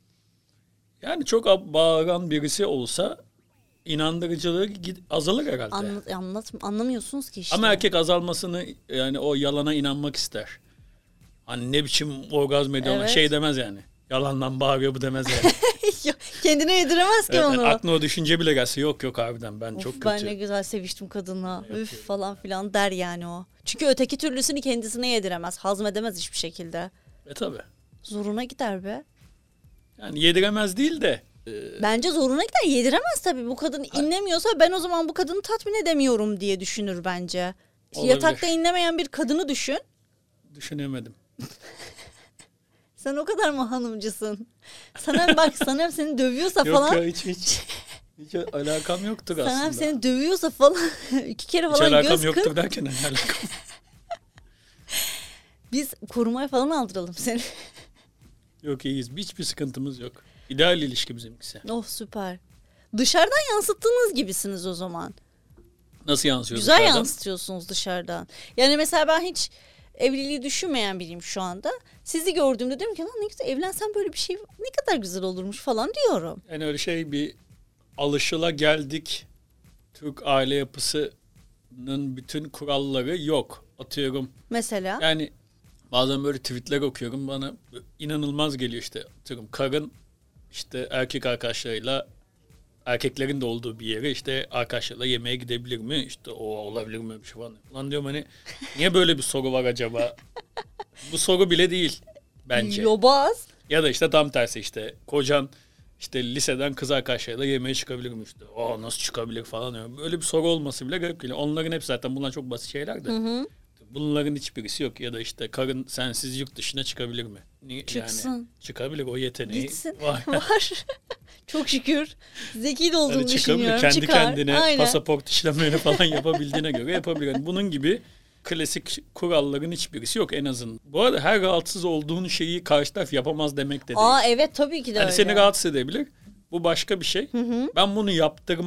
Yani çok ab- bağıran birisi olsa inandırıcılığı gid- azalır herhalde. Anlat, anlat, anlamıyorsunuz ki işte. Ama erkek azalmasını, yani o yalana inanmak ister. Hani ne biçim orgazm ediyorlar, Evet. şey demez yani. Yalandan bağırıyor bu demez yani. Kendine yediremez ki Evet, onu. yani aklına o düşünce bile gelse yok yok harbiden ben Of, çok kötü. ben ne güzel seviştim kadınla. Yok, Üf yok. falan filan der yani o. Çünkü öteki türlüsünü kendisine yediremez. Hazmedemez hiçbir şekilde. E tabi. Zoruna gider be. Yani yediremez değil de. e, Bence zoruna gider. Yediremez tabii. Bu kadın inlemiyorsa ben o zaman bu kadını tatmin edemiyorum diye düşünür bence. Olabilir. Yatakta inlemeyen bir kadını düşün. düşünemedim. Sen o kadar mı hanımcısın? Sana bak, sana seni dövüyorsa Yok falan. ya hiç hiç. Hiç alakam yoktur Sana aslında. seni dövüyorsa falan iki kere Hiç falan alakam göz yoktur kır. derken ne alakam? Biz korumaya falan aldıralım seni. Yok, iyiyiz. Hiçbir sıkıntımız yok. İdeal ilişki bizimkisi. Oh süper. Dışarıdan yansıttığınız gibisiniz o zaman. Nasıl yansıyor Güzel dışarıdan? yansıtıyorsunuz dışarıdan. Yani mesela ben hiç evliliği düşünmeyen biriyim şu anda. Sizi gördüğümde diyorum ki lan ne güzel, evlensem böyle bir şey ne kadar güzel olurmuş falan diyorum. Yani öyle şey, bir alışıla geldik. Türk aile yapısının bütün kuralları yok. Atıyorum. Mesela. Yani bazen böyle tweetler okuyorum, bana inanılmaz geliyor işte. Atıyorum karın işte erkek arkadaşlarıyla, erkeklerin de olduğu bir yere işte arkadaşlarla yemeğe gidebilir mi? İşte o olabilir mi bir şey falan. Lan diyorum hani niye böyle bir soru var acaba? Bu soru bile değil bence. Yobaz. Ya da işte tam tersi, işte kocan işte liseden kız arkadaşlarıyla yemeğe çıkabilir mi işte? Aa nasıl çıkabilir falan diyorum. Böyle bir soru olması bile garip geliyor. Onların hepsi zaten, bunlar çok basit şeyler de. Hı hı. Bunların hiçbirisi yok. Ya da işte karın sensiz yurt dışına çıkabilir mi? Niye? Çıksın. Yani çıkabilir, o yeteneği Gitsin. var. Var. Çok şükür. Zeki de olduğunu Yani çıkabilir, düşünüyorum. kendi Çıkar. kendine Aynen. pasaport işlemlerini falan yapabildiğine göre yapabilir. Yani bunun gibi klasik kuralların hiçbirisi yok en azından. Bu arada her rahatsız olduğun şeyi karşı taraf yapamaz demek de değil. Aa evet, tabii ki de Yani öyle. seni rahatsız edebilir. Bu başka bir şey. Hı hı. Ben bunu yaptırmam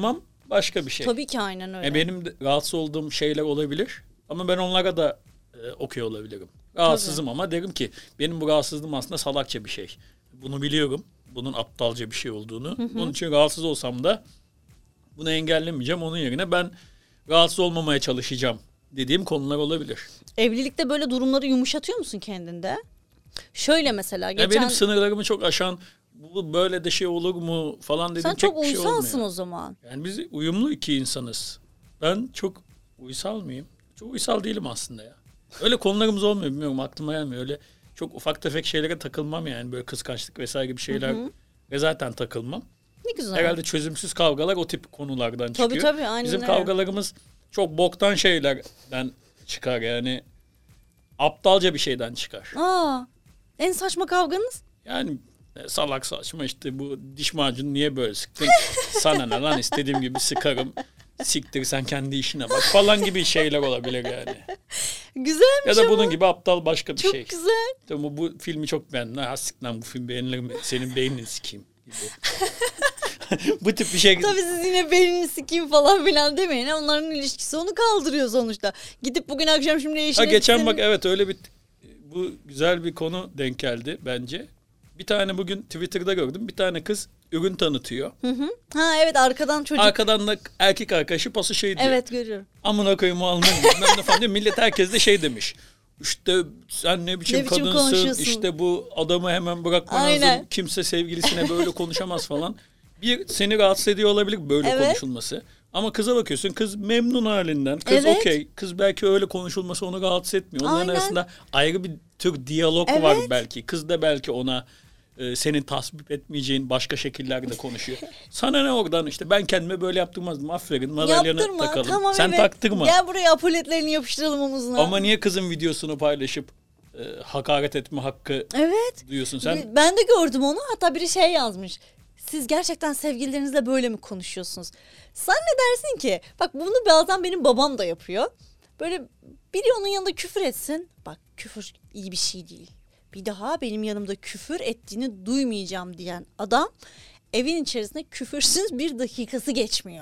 başka bir şey. Tabii ki aynen öyle. E benim de rahatsız olduğum şeyler olabilir ama ben onlara da e, okey olabilirim. Rahatsızım Tabii. ama derim ki benim bu rahatsızlığım aslında salakça bir şey. Bunu biliyorum. Bunun aptalca bir şey olduğunu. Hı hı. Onun için rahatsız olsam da bunu engellemeyeceğim. Onun yerine ben rahatsız olmamaya çalışacağım dediğim konular olabilir. Evlilikte böyle durumları yumuşatıyor musun kendinde? Şöyle mesela. Geçen... Ya benim sınırlarımı çok aşan bu böyle de şey olur mu falan dediğim pek bir şey olmuyor. Sen çok uysalsın o zaman. Yani biz uyumlu iki insanız. Ben çok uysal mıyım? Çok uysal değilim aslında ya. Öyle konularımız olmuyor, bilmiyorum, aklıma gelmiyor. Öyle çok ufak tefek şeylere takılmam yani, böyle kıskançlık vesaire gibi şeyler ve zaten takılmam. Ne güzel. Herhalde çözümsüz kavgalar o tip konulardan çıkıyor. Tabii tabii aynen. Bizim öyle. kavgalarımız çok boktan şeylerden çıkar yani. Aptalca bir şeyden çıkar. Aa, en saçma kavganız? Yani salak saçma işte, bu diş macunu niye böyle sıktın? Sana ne lan, istediğim gibi sıkarım. Siktir sen kendi işine bak falan gibi şeyler olabilir yani. Güzelmiş ya da ama. bunun gibi aptal başka bir çok şey. Çok güzel. Tamam, bu filmi çok beğendim. Ha sik lan, bu film beğenilir mi? Senin beynini sikeyim gibi. Bu tip bir şey. Tabii siz yine beynini sikeyim falan filan demeyin. Onların ilişkisi onu kaldırıyor sonuçta. Gidip bugün akşam şimdi eşine... Ha geçen senin... bak evet öyle bir, bu güzel bir konu denk geldi bence. Bir tane bugün Twitter'da gördüm. Bir tane kız ürün tanıtıyor. Hı hı. Ha evet, arkadan çocuk. Arkadan da erkek arkadaşı pası şey diyor. Evet, görüyorum. Amına koyayım o alnım. Ben de falan diyor. Millet herkes de şey demiş. İşte sen ne biçim, ne biçim kadınsın. İşte bu adamı hemen bırakman Aynen. lazım. Kimse sevgilisine böyle konuşamaz falan. Bir, seni rahatsız ediyor olabilir böyle evet. konuşulması. Ama kıza bakıyorsun, kız memnun halinden. Kız evet. okey. Kız belki öyle konuşulması onu rahatsız etmiyor. Onların Aynen. arasında ayrı bir tür diyalog evet. var belki. Kız da belki ona e, senin tasvip etmeyeceğin başka şekillerde konuşuyor. Sana ne oradan, işte ben kendime böyle yaptırmazdım. Aferin, madalyonu Yaptırma, takalım. tamam, Sen evet. taktırma. Gel buraya, apoletlerini yapıştıralım omuzuna. Ama niye kızın videosunu paylaşıp e, hakaret etme hakkı evet. duyuyorsun sen? Ben de gördüm onu. Hatta biri şey yazmış. Siz gerçekten sevgililerinizle böyle mi konuşuyorsunuz? Sen ne dersin ki? Bak bunu bazen benim babam da yapıyor. Böyle biri onun yanında küfür etsin. Bak küfür iyi bir şey değil. Bir daha benim yanımda küfür ettiğini duymayacağım diyen adam evin içerisinde küfürsüz bir dakikası geçmiyor.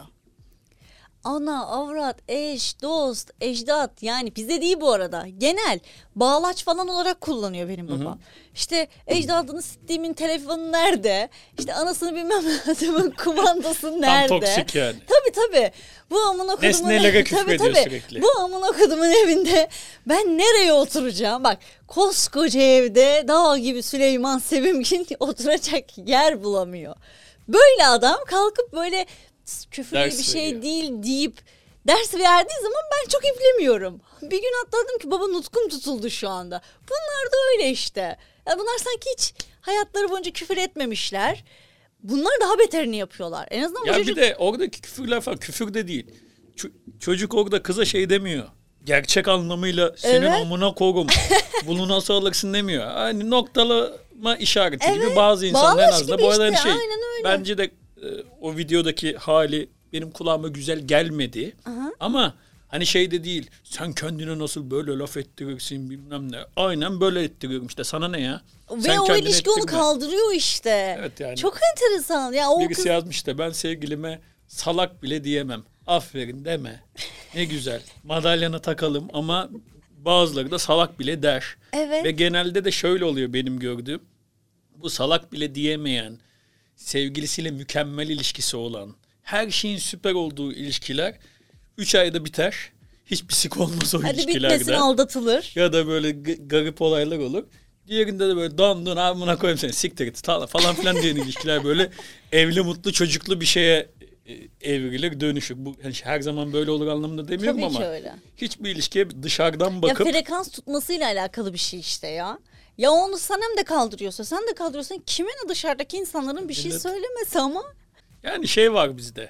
Ana, avrat, eş, dost, ecdat, yani bize değil bu arada. Genel bağlaç falan olarak kullanıyor benim babam. Hı hı. İşte ecdadını siktiğimin telefonu nerede? İşte anasını bilmem adamın kumandası nerede? Tam toksik yani. Tabii tabii. Bu amına kodumun... Nesnelere küfrediyor tabii, tabii. sürekli. Bu amına kodumun evinde ben nereye oturacağım? Bak koskoca evde dağ gibi Süleyman Sevimgin oturacak yer bulamıyor. Böyle adam kalkıp böyle... küfürlü ders bir şey veriyor. Değil deyip ders verdiği zaman ben çok iplemiyorum. Bir gün atladım ki baba nutkum tutuldu şu anda. Bunlar da öyle işte. Yani bunlar sanki hiç hayatları boyunca küfür etmemişler. Bunlar daha beterini yapıyorlar. En azından ya bu çocuk... bir de oradaki küfürler falan küfür de değil. Ç- çocuk orada kıza şey demiyor. Gerçek anlamıyla senin evet. amına korum. Bunu nasıl alırsın demiyor. Hani noktalama işareti evet. gibi bazı insanlar en azından bu arada işte, şey. Bence de o videodaki hali benim kulağıma güzel gelmedi. Aha. Ama hani şey de değil. Sen kendine nasıl böyle laf ettirirsin bilmem ne. Aynen böyle ettiriyorum işte. Sana ne ya? Ve sen o ilişki onu kaldırıyor işte. Evet yani. Çok enteresan. Ya o birisi kız... yazmış da ben sevgilime salak bile diyemem. Aferin deme. Ne güzel. Madalyana takalım ama bazıları da salak bile der. Evet. Ve genelde de şöyle oluyor benim gördüğüm. Bu salak bile diyemeyen, sevgilisiyle mükemmel ilişkisi olan, her şeyin süper olduğu ilişkiler üç ayda biter. Hiçbir sik olmaz o Hadi ilişkilerde. Hadi bitmesin, aldatılır. Ya da böyle g- garip olaylar olur. Diğerinde de böyle don don amına koyayım seni siktir et falan filan diyen ilişkiler böyle evli mutlu çocuklu bir şeye evrilir, dönüşür. Bu yani her zaman böyle olur anlamında demiyorum Tabii ama ki öyle. hiçbir ilişkiye dışarıdan bakıp... Ya frekans tutmasıyla alakalı bir şey işte ya. Ya onu sen hem de kaldırıyorsa, sen de kaldırıyorsan kime ne dışarıdaki insanların bir şey evet. söylemesi ama. Yani şey var bizde.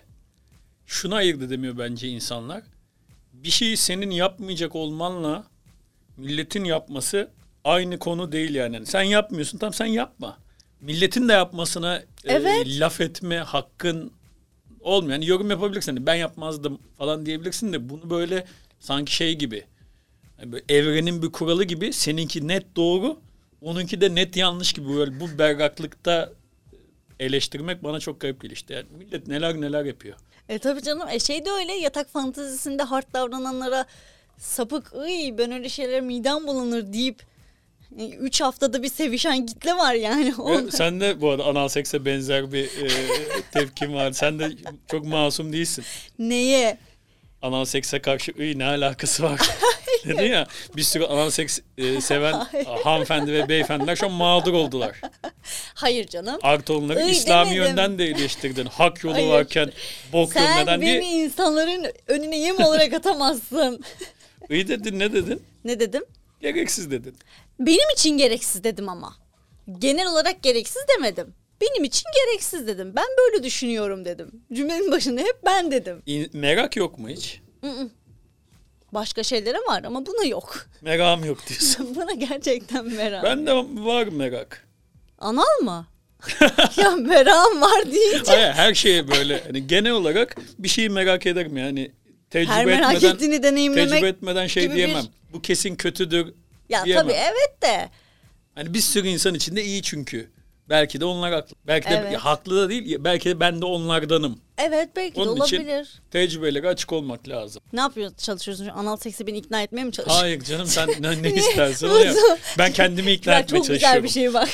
Şunu ayırt edemiyor bence insanlar. Bir şeyi senin yapmayacak olmanla milletin yapması aynı konu değil yani. Sen yapmıyorsun, tamam sen yapma. Milletin de yapmasına evet. e, laf etme hakkın olmuyor. Yani yorum yapabilirsin. Ben yapmazdım falan diyebilirsin de bunu böyle sanki şey gibi. Yani böyle evrenin bir kuralı gibi seninki net doğru, onunki de net yanlış gibi böyle bu berraklıkta eleştirmek bana çok garip geliyor işte. Yani millet neler neler yapıyor. E tabii canım. E şey de öyle, yatak fantezisinde hard davrananlara sapık, ıy ben öyle şeyler midem bulanır deyip e, üç haftada bir sevişen kitle var yani. Ve sen de bu arada anal sekse benzer bir e, tepkin var. Sen de çok masum değilsin. Neye? Anal sekse karşı ıy ne alakası var? Dedin ya, bir sürü anal seks e, seven hanımefendi ve beyefendiler şu an mağdur oldular. Hayır canım. Artı onları Iy İslami demedim. yönden de eleştirdin. Hak yolu Hayır. varken bok yolu Sen neden beni diye. insanların önüne yem olarak atamazsın. İyi dedin, ne dedin? Ne dedim? Gereksiz dedin. Benim için gereksiz dedim ama. Genel olarak gereksiz demedim. Benim için gereksiz dedim. Ben böyle düşünüyorum dedim. Cümlenin başında hep ben dedim. İn- merak yok mu hiç? Başka şeylere var ama buna yok. Merakım yok diyorsun. Buna gerçekten merak. Ben de var merak. Anal mı? Ya merakım var deyince. Hayır, her şeye böyle hani genel olarak bir şeyi merak ederim yani. Tecrübe Her merak etmeden, ettiğini deneyimlemek tecrübe etmeden şey gibi bir- diyemem. Bu kesin kötüdür Ya diyemem. tabii evet de. Hani bir sürü insan içinde iyi çünkü. Belki de onlar haklı. Belki de Evet. ya, haklı da değil. Belki de ben de onlardanım. Evet belki de Onun için olabilir. tecrübelere açık olmak lazım. Ne yapıyorsun, çalışıyorsun? Anal seksi beni ikna etmeye mi çalışıyorsun? Hayır canım, sen ne, ne istersen onu yap. Ben kendimi ikna Ya etmeye çok güzel çalışıyorum. bir şey bak.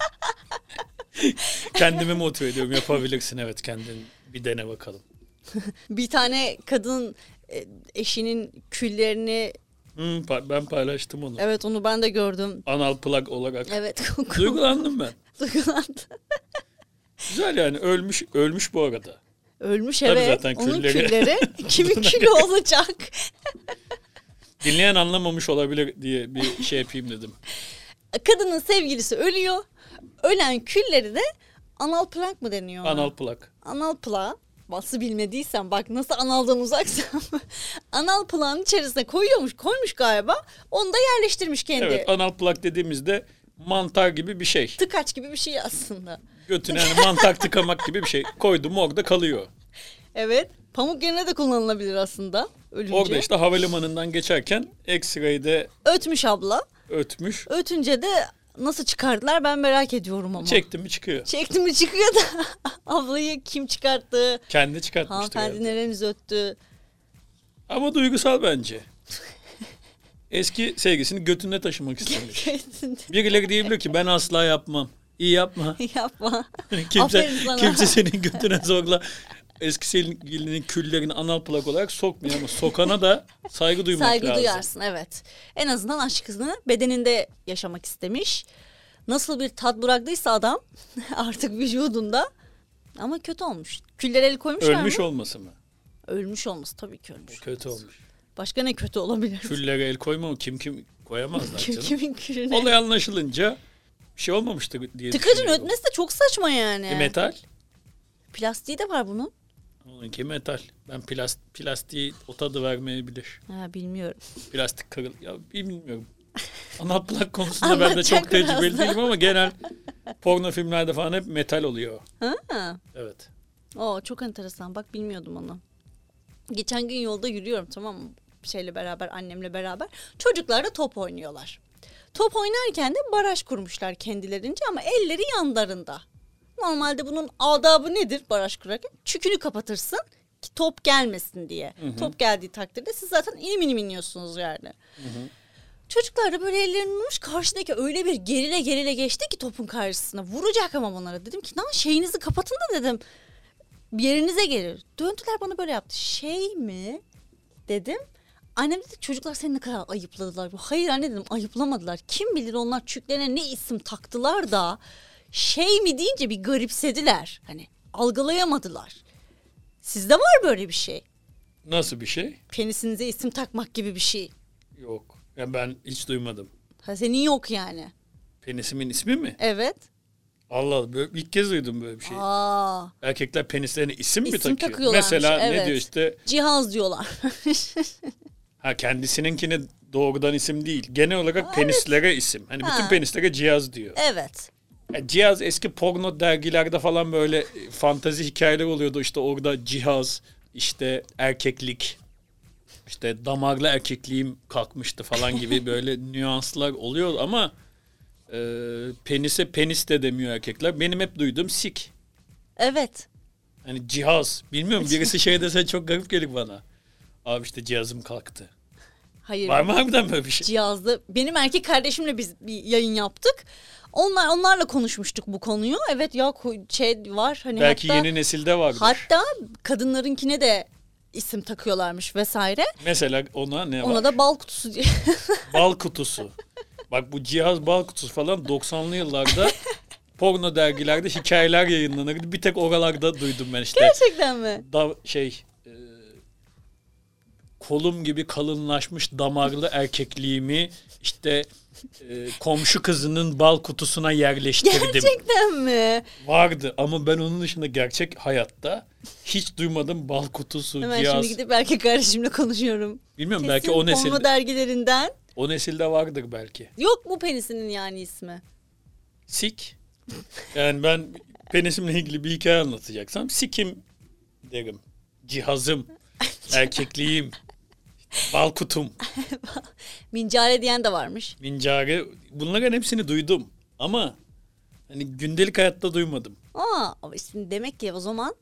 Kendimi motive ediyorum. Yapabilirsin, evet, kendin bir dene bakalım. Bir tane kadın e, eşinin küllerini, Hmm, pa- ben paylaştım onu. evet onu ben de gördüm. Anal plug olarak. Evet. Duygulandım ben. Duygulandı. Güzel yani, ölmüş ölmüş bu arada. Ölmüş Tabii evet. zaten Onun külleri- külleri kimin külü olacak? Dinleyen anlamamış olabilir diye bir şey yapayım dedim. Kadının sevgilisi ölüyor. Ölen külleri de anal plak mı deniyor? ona? Anal plug. Anal plağı. Nasıl bilmediysen bak nasıl analdan uzaksam. Anal plağın içerisine koyuyormuş, koymuş galiba. Onu da yerleştirmiş kendi. Evet, anal plug dediğimizde mantar gibi bir şey. Tıkaç gibi bir şey aslında. Götüne yani mantar tıkamak gibi bir şey. Koydum orada kalıyor. Evet. Pamuk yerine de kullanılabilir aslında. Ölünce. Orada işte havalimanından geçerken X-ray'de Ötmüş abla. ötmüş. Ötünce de nasıl çıkardılar ben merak ediyorum ama. Çektim mi çıkıyor. Çekti mi çıkıyor da ablayı kim çıkarttı? Kendi çıkartmıştır. Hanımefendi herhalde. nereniz öttü? Ama duygusal bence. Eski sevgisini götünde taşımak istemiş. Birileri diyebilir ki ben asla yapmam. İyi yapma. Yapma. kimse Aferin sana. kimse senin götüne zorla eski sevgilinin küllerini anal plak olarak sokmuyor ama sokana da saygı duymak Saygı lazım. duyarsın evet. En azından aşkını bedeninde yaşamak istemiş. Nasıl bir tat bıraktıysa adam artık vücudunda, ama kötü olmuş. Küllere el koymuşlar Ölmüş mı? olması mı? Ölmüş olması tabii ki ölmüş. Kötü olmuş. Başka ne kötü olabilir? Küllere el koyma, kim kim koyamazlar Kim, canım. kimin külüne? Olay anlaşılınca bir şey olmamıştır diye Tıkacın düşünüyorum. ötmesi de çok saçma yani. E, metal. Plastiği de var bunun. Onunki metal. Ben plast, plastiği o tadı vermeyebilir. Ha, bilmiyorum. Plastik kırıl... Ya bilmiyorum. Anal plak konusunda ben de Anlatacak çok tecrübeli birazdan. değilim ama genel porno filmlerde falan hep metal oluyor. Ha. Evet. Oo, çok enteresan. Bak bilmiyordum onu. Geçen gün yolda yürüyorum, tamam mı? Bir şeyle beraber, annemle beraber. Çocuklar da top oynuyorlar. Top oynarken de baraj kurmuşlar kendilerince ama elleri yanlarında. Normalde bunun adabı nedir baraj kurarken? Çükünü kapatırsın ki top gelmesin diye. Hı hı. Top geldiği takdirde siz zaten inim inim iniyorsunuz yani. Hı hı. Çocuklar da böyle ellerini vurmuş, karşıdaki öyle bir gerile gerile geçti ki topun karşısına. Vuracak ama bunlara. Dedim ki lan şeyinizi kapatın da dedim. Bir yerinize gelir. Döndüler bana böyle yaptı. Şey mi? Dedim. Annem dedi çocuklar seni ne kadar ayıpladılar. Hayır anne dedim, ayıplamadılar. Kim bilir onlar çüklerine ne isim taktılar da şey mi deyince bir garipsediler. Hani algılayamadılar. Sizde var böyle bir şey. Nasıl bir şey? Penisinize isim takmak gibi bir şey. Yok. Ya ben hiç duymadım. Ha, senin yok yani. Penisimin ismi mi? Evet. Allah Allah. Böyle, ilk kez duydum böyle bir şey. Aa, Erkekler penislerine isim, mi İsim takıyor? takıyorlarmış, Mesela ne evet. diyor işte? cihaz diyorlar. Ha, kendisininkine doğrudan isim değil. Genel olarak penislere isim. Hani bütün Ha. penislere cihaz diyor. Evet. Yani cihaz eski porno dergilerde falan böyle e, fantazi hikayeler oluyordu. İşte orada cihaz, işte erkeklik, işte damarlı erkekliğim kalkmıştı falan gibi böyle nüanslar oluyor ama e, penise penis de demiyor erkekler. Benim hep duyduğum sik. Evet. Hani cihaz. Bilmiyorum, birisi şey dese çok garip gelir bana. Abi işte cihazım kalktı. Hayır. Var mı harbiden böyle bir şey? Cihazlı. Benim erkek kardeşimle biz bir yayın yaptık. Onlar onlarla konuşmuştuk bu konuyu. Evet ya şey var hani Belki hatta, yeni nesilde vardır. hatta kadınlarınkine de isim takıyorlarmış vesaire. Mesela ona ne Ona var? da bal kutusu diye. Bal kutusu. Bak bu cihaz bal kutusu falan doksanlı yıllarda porno dergilerde hikayeler yayınlanırdı. Bir tek oralarda duydum ben işte. Gerçekten mi? Da, şey e, kolum gibi kalınlaşmış damarlı erkekliğimi işte e, komşu kızının bal kutusuna yerleştirdim. Gerçekten mi? Vardı ama ben onun dışında gerçek hayatta hiç duymadım bal kutusu, Hemen cihaz. şimdi gidip erkek kardeşimle konuşuyorum. Bilmiyorum, Kesin belki o porno nesilde, dergilerinden. o nesilde vardır belki. Yok mu penisinin yani ismi? Sik. Yani ben penisimle ilgili bir hikaye anlatacaksam sikim derim. Cihazım, erkekliğim, bal kutum, Mincare diyen de varmış. mincarı, bunların hepsini duydum. Ama hani gündelik hayatta duymadım. Aa, ama şimdi demek ki o zaman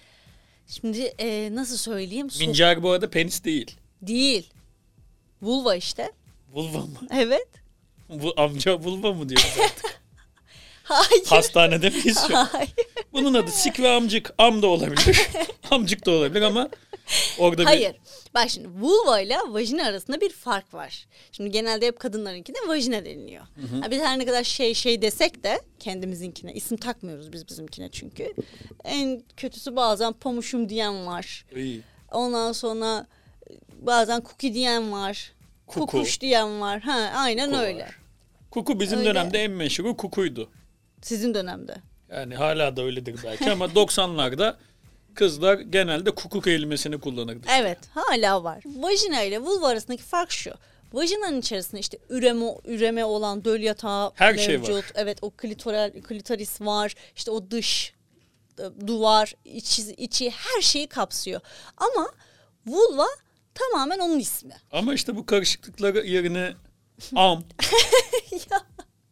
şimdi e, nasıl söyleyeyim? So- Mincar bu arada penis değil. Değil. Vulva işte. Vulva mı? Evet. Bu amca vulva mı diyoruz artık? Hayır. Hastanede miyiz şu an? Hayır. Bunun adı sik ve amcık. Am da olabilir. Amcık da olabilir ama orada bir... Hayır. Bak şimdi vulva ile vajina arasında bir fark var. Şimdi genelde hep kadınlarınkine vajina deniliyor. Ha, biz her ne kadar şey şey desek de kendimizinkine isim takmıyoruz biz bizimkine çünkü. En kötüsü bazen pamuşum diyen var. İyi. Ondan sonra bazen cookie diyen var. Kuku. Kukuş diyen var. Ha, aynen Kuku öyle. var. Kuku bizim Öyle. dönemde en meşhuru kukuydu. Sizin dönemde. Yani hala da öyledir belki ama doksanlarda kızlar genelde kuku kelimesini kullanırdı. Evet, hala var. Vajina ile vulva arasındaki fark şu. Vajinanın içerisinde işte üreme üreme olan döl yatağı Her mevcut. şey var. Evet, o klitoral klitoris var. İşte o dış e, duvar, içi, içi her şeyi kapsıyor. Ama vulva tamamen onun ismi. Ama işte bu karışıklıkları yerine am, Ya,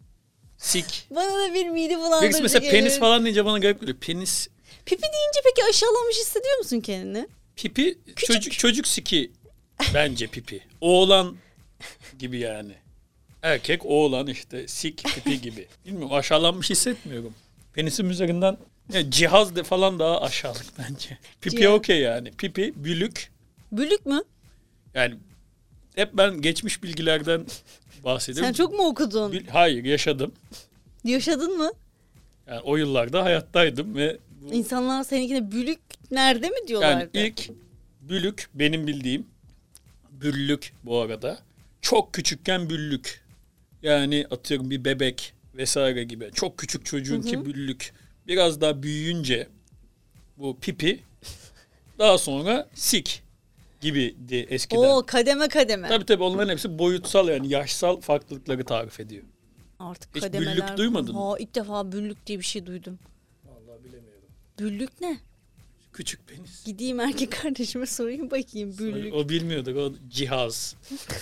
sik. bana da bir mide bulandırıcı Birisi mesela geliyor. penis falan deyince bana garip geliyor. Penis, Pipi deyince peki aşağılamış hissediyor musun kendini? pipi, çocuk çocuk siki bence pipi. Oğlan gibi yani. Erkek oğlan işte sik pipi gibi. Bilmiyorum, aşağılanmış hissetmiyorum. Penisim üzerinden ya, cihaz de falan daha aşağılık bence. Pipi Cihaz. okey yani. Pipi, bülük. Bülük mü? Yani hep ben geçmiş bilgilerden bahsediyorum. Sen çok mu okudun? Bil- Hayır, yaşadım. Yaşadın mı? Yani o yıllarda hayattaydım ve bu, İnsanlar seninkine bülük nerede mi yani diyorlardı? ilk bülük benim bildiğim büllük bu arada. Çok küçükken büllük. Yani atıyorum bir bebek vesaire gibi. Çok küçük çocuğunki büllük. Biraz daha büyüyünce bu pipi, daha sonra sik gibiydi eskiden. Oo, kademe kademe. Tabii tabii onların hepsi boyutsal yani yaşsal farklılıkları tarif ediyor. Artık Hiç kademeler. büllük duymadın mı? Ha, ilk defa büllük diye bir şey duydum. Vallahi bilemiyorum. Büllük ne? Küçük penis. Gideyim erkek kardeşime sorayım bakayım büllük. O bilmiyorduk. O cihaz.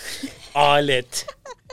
Alet.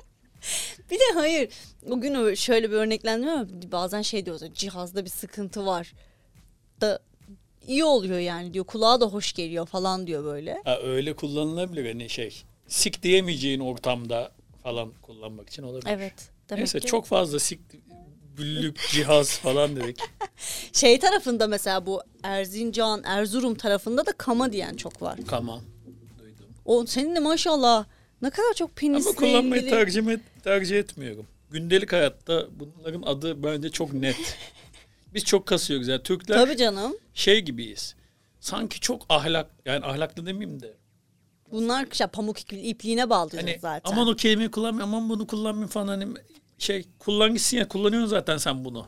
Bir de hayır. O gün ö- şöyle bir örneklendirme var. Bazen şey diyoruz. Cihazda bir sıkıntı var. Da iyi oluyor yani diyor. Kulağa da hoş geliyor falan diyor böyle. Ha, öyle kullanılabilir hani şey. Sik diyemeyeceğin ortamda falan kullanmak için olabilir. Evet. Demek Neyse ki. çok fazla sik, büllük, cihaz falan dedik. Şey tarafında mesela bu Erzincan, Erzurum tarafında da kama diyen çok var. Tamam. Duydum. O senin de maşallah ne kadar çok penisle Ama kullanmayı ilgili. tercih, et, tercih etmiyorum. Gündelik hayatta bunların adı bence çok net. Biz çok kasıyoruz yani. Türkler Tabii canım. şey gibiyiz. Sanki çok ahlak, yani ahlaklı demeyeyim de. Bunlar işte pamuk ipli- ipliğine bağlıyoruz Hani zaten. aman o kelimeyi kullanmıyor, aman bunu kullanmıyor falan hani şey kullan gitsin ya, kullanıyorsun zaten sen bunu.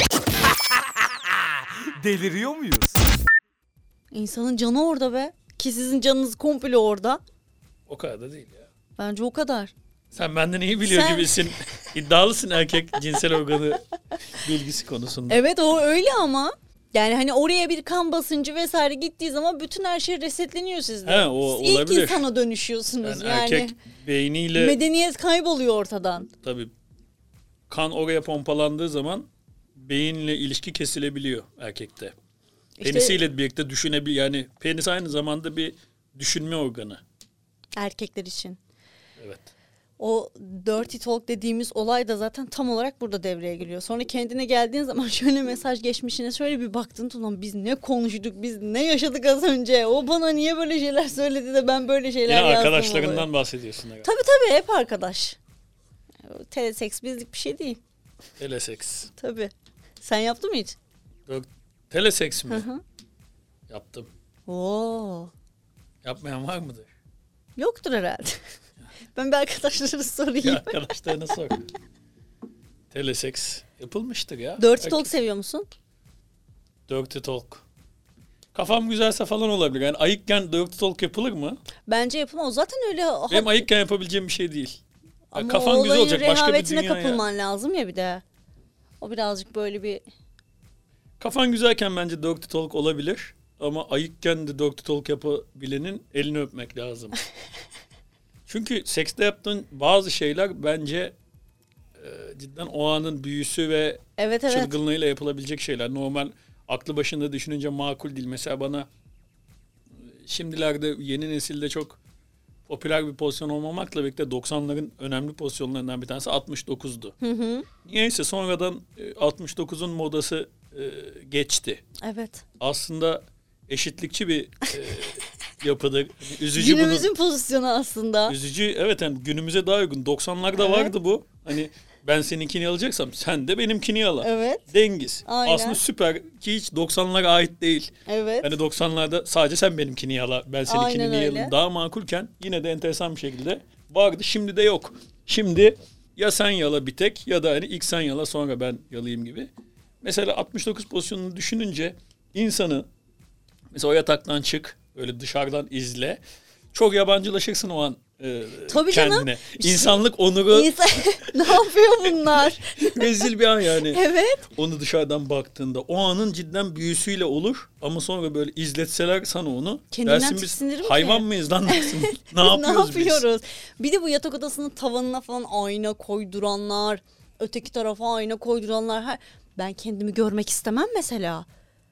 Deliriyor muyuz? İnsanın canı orada be. Ki sizin canınız komple orada. O kadar da değil ya. Bence o kadar. Sen benden iyi biliyor Sen- gibisin. İddialısın erkek cinsel organı bilgisi konusunda. Evet o öyle ama. Yani hani oraya bir kan basıncı vesaire gittiği zaman bütün her şey resetleniyor sizde. He, o Siz ilk olabilir. insana dönüşüyorsunuz. Yani Yani, erkek beyniyle medeniyet kayboluyor ortadan. tabii kan oraya pompalandığı zaman beyinle ilişki kesilebiliyor erkekte. İşte- Penisiyle birlikte düşünebil yani penis aynı zamanda bir düşünme organı. Erkekler için. Evet. O dirty talk dediğimiz olay da zaten tam olarak burada devreye giriyor. Sonra kendine geldiğin zaman şöyle mesaj geçmişine şöyle bir baktın. Ulan biz ne konuştuk, biz ne yaşadık az önce. O bana niye böyle şeyler söyledi de ben böyle şeyler Yine yazdım. arkadaşlarından oluyor. bahsediyorsun herhalde. Tabii tabii hep arkadaş. Teleseks bizlik bir şey değil. Teleseks. Tabii. Sen yaptın mı hiç? Yok, teleseks mi? Hı hı. Yaptım. Oo. Yapmayan var mıdır? Yoktur herhalde. Ben bir arkadaşlara sorayım. Ya arkadaşlarına sor. Teleseks yapılmıştır ya. Dirty Belki- talk seviyor musun? Dirty talk. Kafam güzelse falan olabilir. Yani ayıkken dirty talk yapılır mı? Bence yapılmaz. O zaten öyle. Benim ayıkken yapabileceğim bir şey değil. Ama Kafan o güzel olayın olacak. Başka bir rehavetine dünya ya. kapılman lazım ya bir de. O birazcık böyle bir... Kafan güzelken bence dirty talk olabilir. Ama ayıkken de dirty talk yapabilenin elini öpmek lazım. Çünkü sekste yaptığın bazı şeyler bence e, cidden o anın büyüsü ve Evet evet. çılgınlığıyla yapılabilecek şeyler. Normal aklı başında düşününce makul değil. Mesela bana şimdilerde yeni nesilde çok popüler bir pozisyon olmamakla birlikte doksanların önemli pozisyonlarından bir tanesi altmış dokuzdu. Hı hı. Niyeyse sonradan e, altmış dokuzun modası e, geçti. Evet. Aslında eşitlikçi bir e, yapıdır. Üzücü bunu. Günümüzün pozisyonu aslında. Üzücü evet yani günümüze daha uygun. doksanlarda Evet. vardı bu. Hani ben seninkini alacaksam sen de benimkini al. Evet. Dengiz. Aynen. Aslında süper ki hiç doksanlara ait değil. Evet. Hani doksanlarda sadece sen benimkini yala, ben seninkini Aynen niye öyle. yalayım? Daha makulken yine de enteresan bir şekilde vardı. Şimdi de yok. Şimdi ya sen yala bir tek ya da hani ilk sen yala sonra ben yalayayım gibi. Mesela altmış dokuz pozisyonunu düşününce insanı mesela o yataktan çık, öyle dışarıdan izle. Çok yabancılaşırsın o an e, Tabii canım. kendine. İnsanlık onuru İnsan... ne yapıyor bunlar? rezil bir an yani. Evet. Onu dışarıdan baktığında o anın cidden büyüsüyle olur ama sonra böyle izletseler sana onu Kendinden dersin biz tiksinirim ki. hayvan mıyız lan dersin. ne Ne yapıyoruz biz? yapıyoruz? Bir de bu yatak odasının tavanına falan ayna koyduranlar, öteki tarafa ayna koyduranlar. Her... Ben kendimi görmek istemem mesela.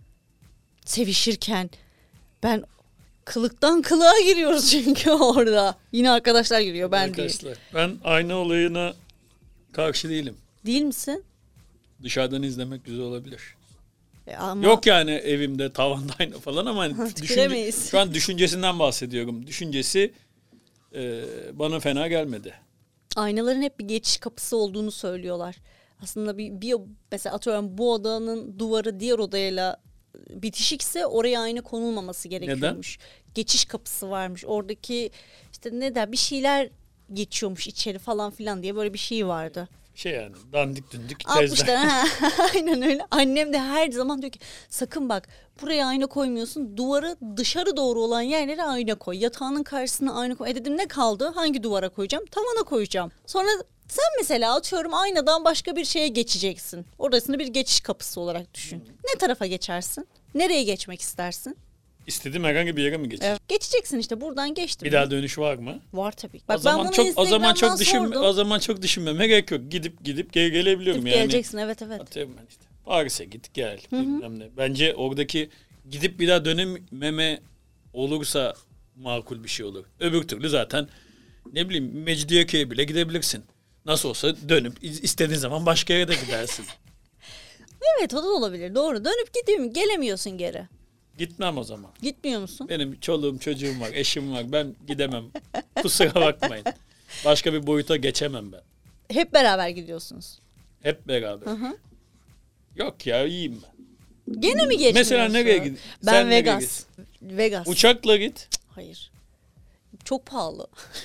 Sevişirken. Ben kılıktan kılığa giriyoruz çünkü orada. Yine arkadaşlar giriyor ben değil. Arkadaşlar ben ayna olayına karşı değilim. Değil misin? Dışarıdan izlemek güzel olabilir. E ama Yok yani evimde tavanda ayna falan ama hani düşünce, Tüküremeyiz. şu an düşüncesinden bahsediyorum. Düşüncesi e, bana fena gelmedi. aynaların hep bir geçiş kapısı olduğunu söylüyorlar. Aslında bir, bir mesela atıyorum bu odanın duvarı diğer odayla bitişikse oraya ayna konulmaması gerekiyormuş. Geçiş kapısı varmış. Oradaki işte ne der bir şeyler geçiyormuş içeri falan filan diye böyle bir şey vardı. Şey yani dandik dündik Altmışlar tezler. ha. Aynen öyle. Annem de her zaman diyor ki sakın bak buraya ayna koymuyorsun. Duvarı dışarı doğru olan yerlere ayna koy. Yatağının karşısına ayna koy. E dedim ne kaldı? Hangi duvara koyacağım? Tavana koyacağım. Sonra sen mesela atıyorum aynadan başka bir şeye geçeceksin. Orasını bir geçiş kapısı olarak düşün. Ne tarafa geçersin? Nereye geçmek istersin? İstediğim herhangi bir yere mi geçeyim? Evet. Geçeceksin işte buradan geçtim. Bir daha dönüş var mı? Var tabii. o zaman çok o zaman çok düşünme sordum. o zaman çok düşünmeme gerek yok. Gidip gidip geri gelebiliyorum Gidip yani. geleceksin evet evet. Atıyorum ben işte. Paris'e git gel. Bilmem ne. Bence oradaki gidip bir daha dönememe olursa makul bir şey olur. Öbür türlü zaten ne bileyim Mecidiyeköy'e bile gidebilirsin. Nasıl olsa dönüp istediğin zaman başka yere de gidersin. Evet o da olabilir doğru. Dönüp gidiyorum gelemiyorsun geri. Gitmem o zaman. Gitmiyor musun? Benim çoluğum çocuğum var, eşim var. Ben gidemem. Kusura bakmayın. Başka bir boyuta geçemem ben. Hep beraber gidiyorsunuz. Hep beraber. Hı hı. Yok ya iyiyim ben. Gene mi geçmiyorsun? Mesela nereye gid- Ben sen nereye Vegas. Vegas. Uçakla git. Hayır. Çok pahalı.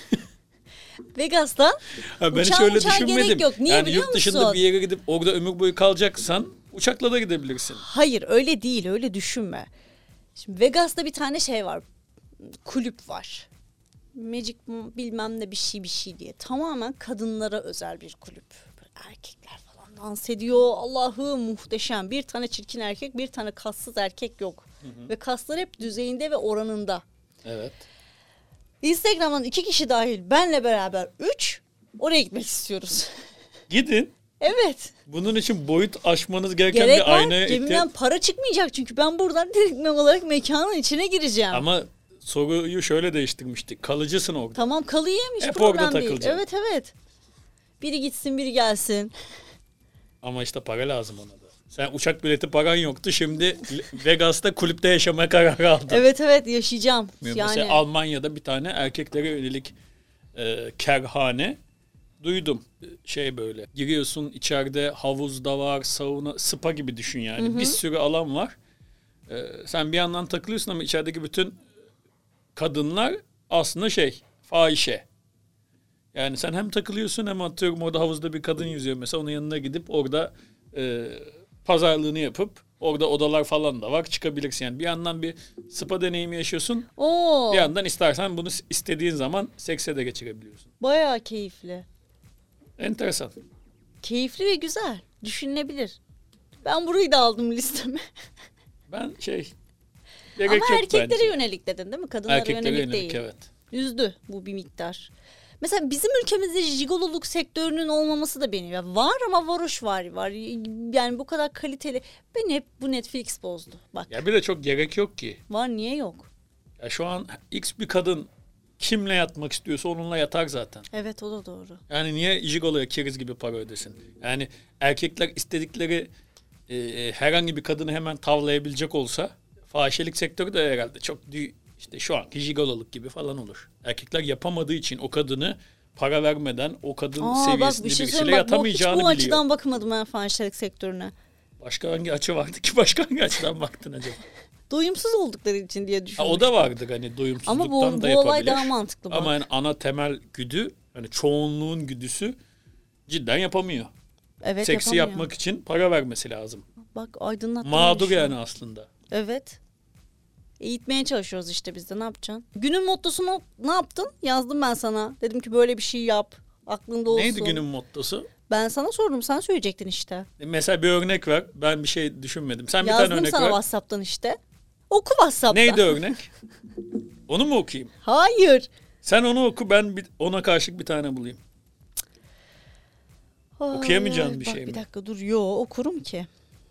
Vegas'tan Ha, ben hiç uçağa öyle uçağa düşünmedim. gerek yok. Niye yani biliyor yurt dışında musun? bir yere gidip orada ömür boyu kalacaksan uçakla da gidebilirsin. hayır öyle değil öyle düşünme. Şimdi Vegas'ta bir tane şey var. Kulüp var. Magic bilmem ne bir şey bir şey diye. Tamamen kadınlara özel bir kulüp. Böyle erkekler falan dans ediyor. Allah'ım muhteşem. Bir tane çirkin erkek bir tane kassız erkek yok. Hı hı. Ve kaslar hep düzeyinde ve oranında. Evet. Instagram'dan iki kişi dahil benle beraber üç oraya gitmek istiyoruz. Gidin. Evet. Bunun için boyut aşmanız gereken Gerek bir var. aynaya Cebimden ihtiyaç. para çıkmayacak çünkü ben buradan direkt olarak mekanın içine gireceğim. Ama soruyu şöyle değiştirmiştik. Kalıcısın orada. Tamam kalayım hiç Hep orada problem değil. takılacaksın. Evet evet. Biri gitsin biri gelsin. Ama işte para lazım ona da. Sen uçak bileti paran yoktu. Şimdi Vegas'ta kulüpte yaşamaya karar aldın. Evet evet yaşayacağım. Mesela Yani Almanya'da bir tane erkeklere yönelik e, kerhane duydum. Şey böyle giriyorsun, içeride havuz da var, sauna, spa gibi düşün yani. Hı hı. Bir sürü alan var. E, sen bir yandan takılıyorsun ama içerideki bütün kadınlar aslında şey, fahişe. Yani sen hem takılıyorsun hem atıyorum orada havuzda bir kadın yüzüyor mesela, onun yanına gidip orada e, pazarlığını yapıp orada odalar falan da var, çıkabilirsin. Yani bir yandan bir spa deneyimi yaşıyorsun. Oo, Bir yandan istersen bunu istediğin zaman sekse de geçirebiliyorsun. bayağı keyifli. Enteresan. Keyifli ve güzel. Düşünülebilir. Ben burayı da aldım listeme. Ben şey gerek Ama yok erkeklere bence. yönelik dedin değil mi? Kadınlara Erkeklere yönelik, yönelik değil. evet. Üzdü bu bir miktar. Mesela bizim ülkemizde jigololuk sektörünün olmaması da beni. Ya var ama varoş var var. Yani bu kadar kaliteli. Beni hep bu Netflix bozdu. Bak Ya bir de çok gerek yok ki. var niye yok? Ya şu an X bir kadın kimle yatmak istiyorsa onunla yatar zaten. Evet o da doğru. Yani niye jigoloya keriz gibi para ödesin? Yani erkekler istedikleri e, herhangi bir kadını hemen tavlayabilecek olsa fahişelik sektörü de herhalde çok dü- işte şu anki jigololuk gibi falan olur. Erkekler yapamadığı için o kadını para vermeden o kadın Aa, bak seviyesinde bir şey birisiyle söyleyeyim. Bak, bu, hiç yatamayacağını bu biliyor. açıdan bakmadım ben fahişelik sektörüne. Başka hangi açı vardı ki? Başka hangi açıdan baktın acaba? Doyumsuz oldukları için diye Ha, düşünmüştüm. o da vardır hani doyumsuzluktan Ama bu, da bu yapabilir. olay daha mantıklı bak. Ama yani ana temel güdü, hani çoğunluğun güdüsü cidden yapamıyor. Evet, Seksi yapamıyor. yapmak için para vermesi lazım. Bak aydınlattın. Mağdur beni şu an. yani aslında. Evet. Eğitmeye çalışıyoruz işte biz de, ne yapacaksın? Günün mottosunu ne yaptın? Yazdım ben sana. Dedim ki böyle bir şey yap. Aklında olsun. Neydi günün mottosu? Ben sana sordum, sen söyleyecektin işte. E, Mesela bir örnek ver. Ben bir şey düşünmedim. Sen bir Yazdım tane örnek sana ver. WhatsApp'tan işte. Oku WhatsApp'tan. Neydi örnek? Onu mu okuyayım? Hayır. Sen onu oku, ben bir, ona karşılık bir tane bulayım. Okuyamayacağın Ay, bir bak, şey mi? Bir dakika dur. Yo, okurum ki.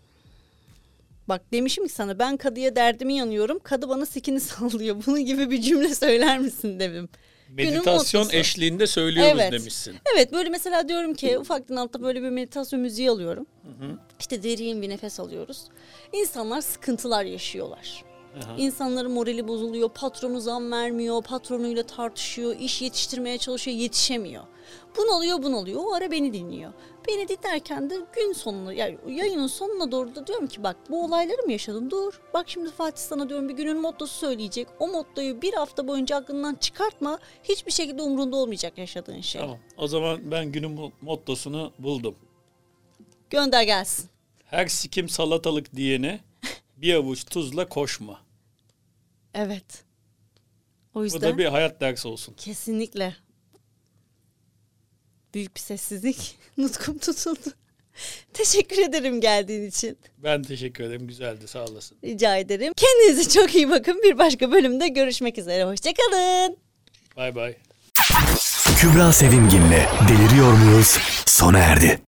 Bak demişim ki sana, ben kadıya derdimi yanıyorum. Kadı bana sikini sallıyor. Bunun gibi bir cümle söyler misin dedim. Günün Meditasyon mottosu. eşliğinde söylüyoruz Evet. demişsin. Evet, böyle mesela diyorum ki ufaktan altta böyle bir meditasyon müziği alıyorum. İşte derin bir nefes alıyoruz. İnsanlar sıkıntılar yaşıyorlar. Aha. İnsanların morali bozuluyor, patronu zam vermiyor, patronuyla tartışıyor, iş yetiştirmeye çalışıyor, yetişemiyor. Bunalıyor bunalıyor, o ara beni dinliyor. Beni dinlerken de gün sonuna, yani yayının sonuna doğru da diyorum ki bak bu olayları mı yaşadın? Dur, bak şimdi Fatih sana diyorum bir günün mottosu söyleyecek. O mottoyu bir hafta boyunca aklından çıkartma, hiçbir şekilde umrunda olmayacak yaşadığın şey. Tamam. O zaman ben günün mo- mottosunu buldum. Gönder gelsin. Her sikim salatalık diyene bir avuç tuzla koşma. Evet. O Bu yüzden da bir hayat dersi olsun. kesinlikle. Büyük bir sessizlik. Nutkum tutuldu. Teşekkür ederim geldiğin için. Ben teşekkür ederim. Güzeldi. Sağ olasın. Rica ederim. Kendinize çok iyi bakın. Bir başka bölümde görüşmek üzere. Hoşçakalın. Bay bay. Kübra Sevimgin'le Deliriyor Muyuz sona erdi.